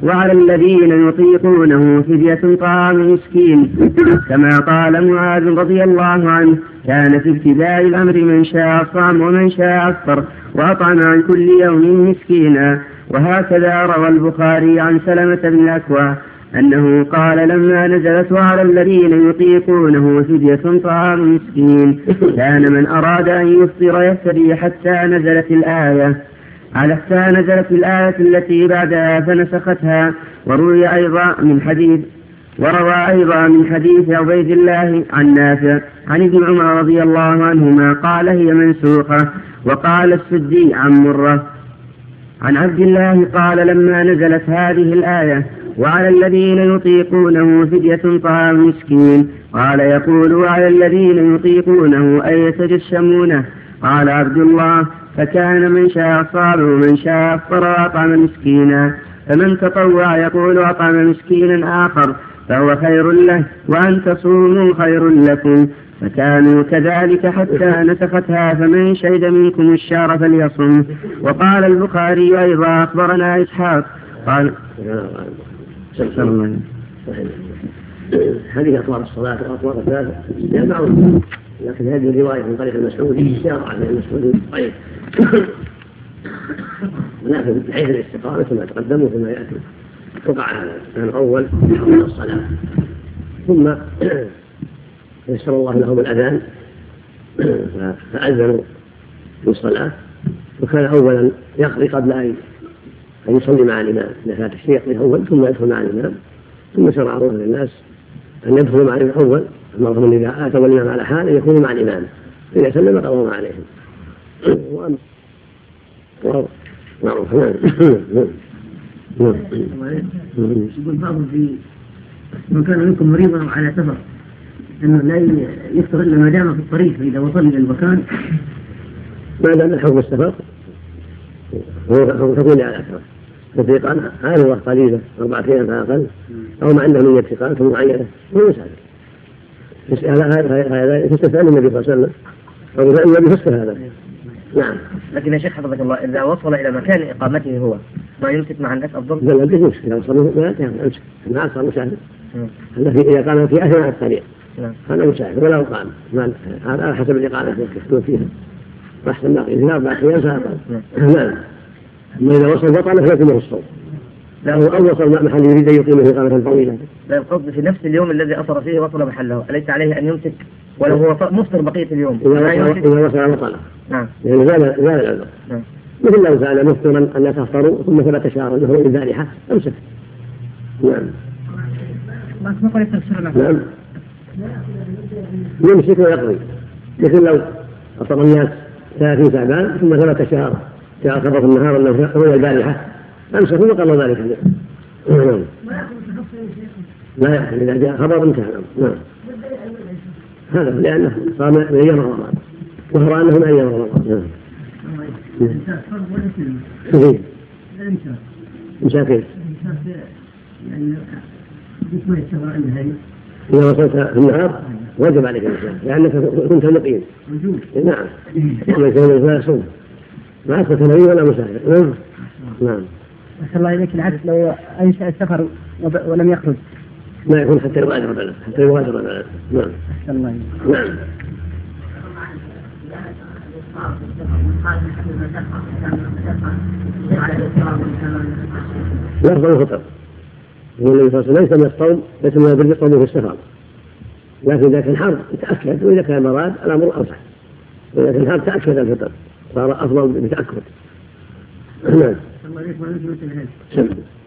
وعلى الذين يطيقونه فدية طعام مسكين. كما قال معاذ رضي الله عنه: كان في ابتداء الأمر من شاء صام ومن شاء أفطر وأطعم عن كل يوم مسكينا. وهكذا روى البخاري عن سلمة بن الأكوع أنه قال: لما نزلت وعلى الذين يطيقونه فدية طعام مسكين كان من أراد أن يفطر يفتدي حتى نزلت الآية على حتى نزلت الآية التي بعدها فنسختها. وروي أيضا من حديث وروى أيضا من حديث عبيد الله عن نافع عن ابن عمر رضي الله عنهما قال: هي منسوخة. وقال السدي عن مرة عن عبد الله قال: لما نزلت هذه الآية وعلى الذين يطيقونه فدية طعام مسكين قال: يقول: وعلى الذين يطيقونه أي يتجشمونه. قال عبد الله: فكان من شاء صام ومن شاء أفطر وأطعم مسكينا. فمن تطوع يقول: أطعم مسكينا آخر فهو خير له، وأن تصوموا خير لكم. فكانوا كذلك حتى نسختها. فمن شهد منكم الشهر فليصم. وقال البخاري أيضا: أخبرنا إسحاق قال: هذه أطوار الصلاة وأطوار الثلاثة يجمعون، لكن هذه الرواية من طريق المسعودي اشتهر عن المسعودي طيب. ولكن من حيث الاستقامة كما تقدموا فيما يأتي وقع هذا الأول حول الصلاة، ثم يسر الله لهم الأذان فأذنوا بالصلاة، وكان أولا يقضي قبل أن يصلي مع الإمام. إذا فات الشيء يقضي أول ثم يدخل مع الإمام، ثم شرعوا للناس أن يدخلوا مع الإمام أول، أمرهم إذا آتوا الإمام على حال يكونوا مع الإمام، إذا سلم قضوا ما عليهم. معروف. يقول بعضهم في من كان منكم مريضا على سفر أنه لا يفطر إلا ما دام في الطريق، فإذا وصل إلى المكان ما دام الحكم السفر هو تكون على أكثر تطيقا هذا الوقت قليلة أربعة أيام فأقل، أو ما عنده من اتقاء معينة هو مسافر. هذا تستفعل النبي صلى الله عليه وسلم أو النبي فسر هذا. نعم. لكن يا شيخ حفظك الله، إذا وصل إلى مكان إقامته هو ما يمسك مع الناس أفضل؟ لا لا يمسك، إذا وصل ما يمسك، ما صار مسافر. إذا قام في أثناء الطريق هذا مسافر ولا قام، هذا حسب الإقامة يكتبون فيها أحسن باقي إذا أربعة أيام فأقل. نعم. أما إذا وصل بطل فيكمل الصوم. لا أو وصل محل يريد أن يقيم في إقامة طويلة. لا القصد في نفس اليوم الذي أصر فيه وصل محله، أليس عليه أن يمسك ولو هو مفطر بقية اليوم؟ إذا وصل بطل. نعم. يعني زال زال العذر. نعم. مثل لو كان مفطرا أن تفطروا ثم ثبت شهرا له البارحة أمسك. نعم. نعم. يمسك ويقضي، مثل لو أفطر الناس ثلاثين شعبان ثم ثبت شهر شهر خبر النهار أنه هو البارحة أمسك وقضى ذلك. نعم. لا يحصل إذا جاء خبر انتهى. نعم. هذا لأنه صار من أيام رمضان وهو أنه من أيام رمضان. نعم. مساكين. إذا وصلت في النهار وجب عليك الإسلام لأنك كنت مقيم. نعم. وما يكون لا يصوم ما أثبت نبي ولا مسافر. نعم. نعم. أسأل الله إليك العكس، لو أنشأ السفر ولم يخرج ما يكون حتى يغادر البلد حتى يغادر البلد. نعم. أسأل الله إليك. نعم. لا يفضل الفطر. يقول النبي صلى الله عليه وسلم: ليس من الصوم ليس من البر الصوم في السفر، لكن إذا كان حر تأكد، وإذا كان مراد الأمر أوسع. إذا كان حر تأكد الفطر صار أفضل بتأكد. نعم.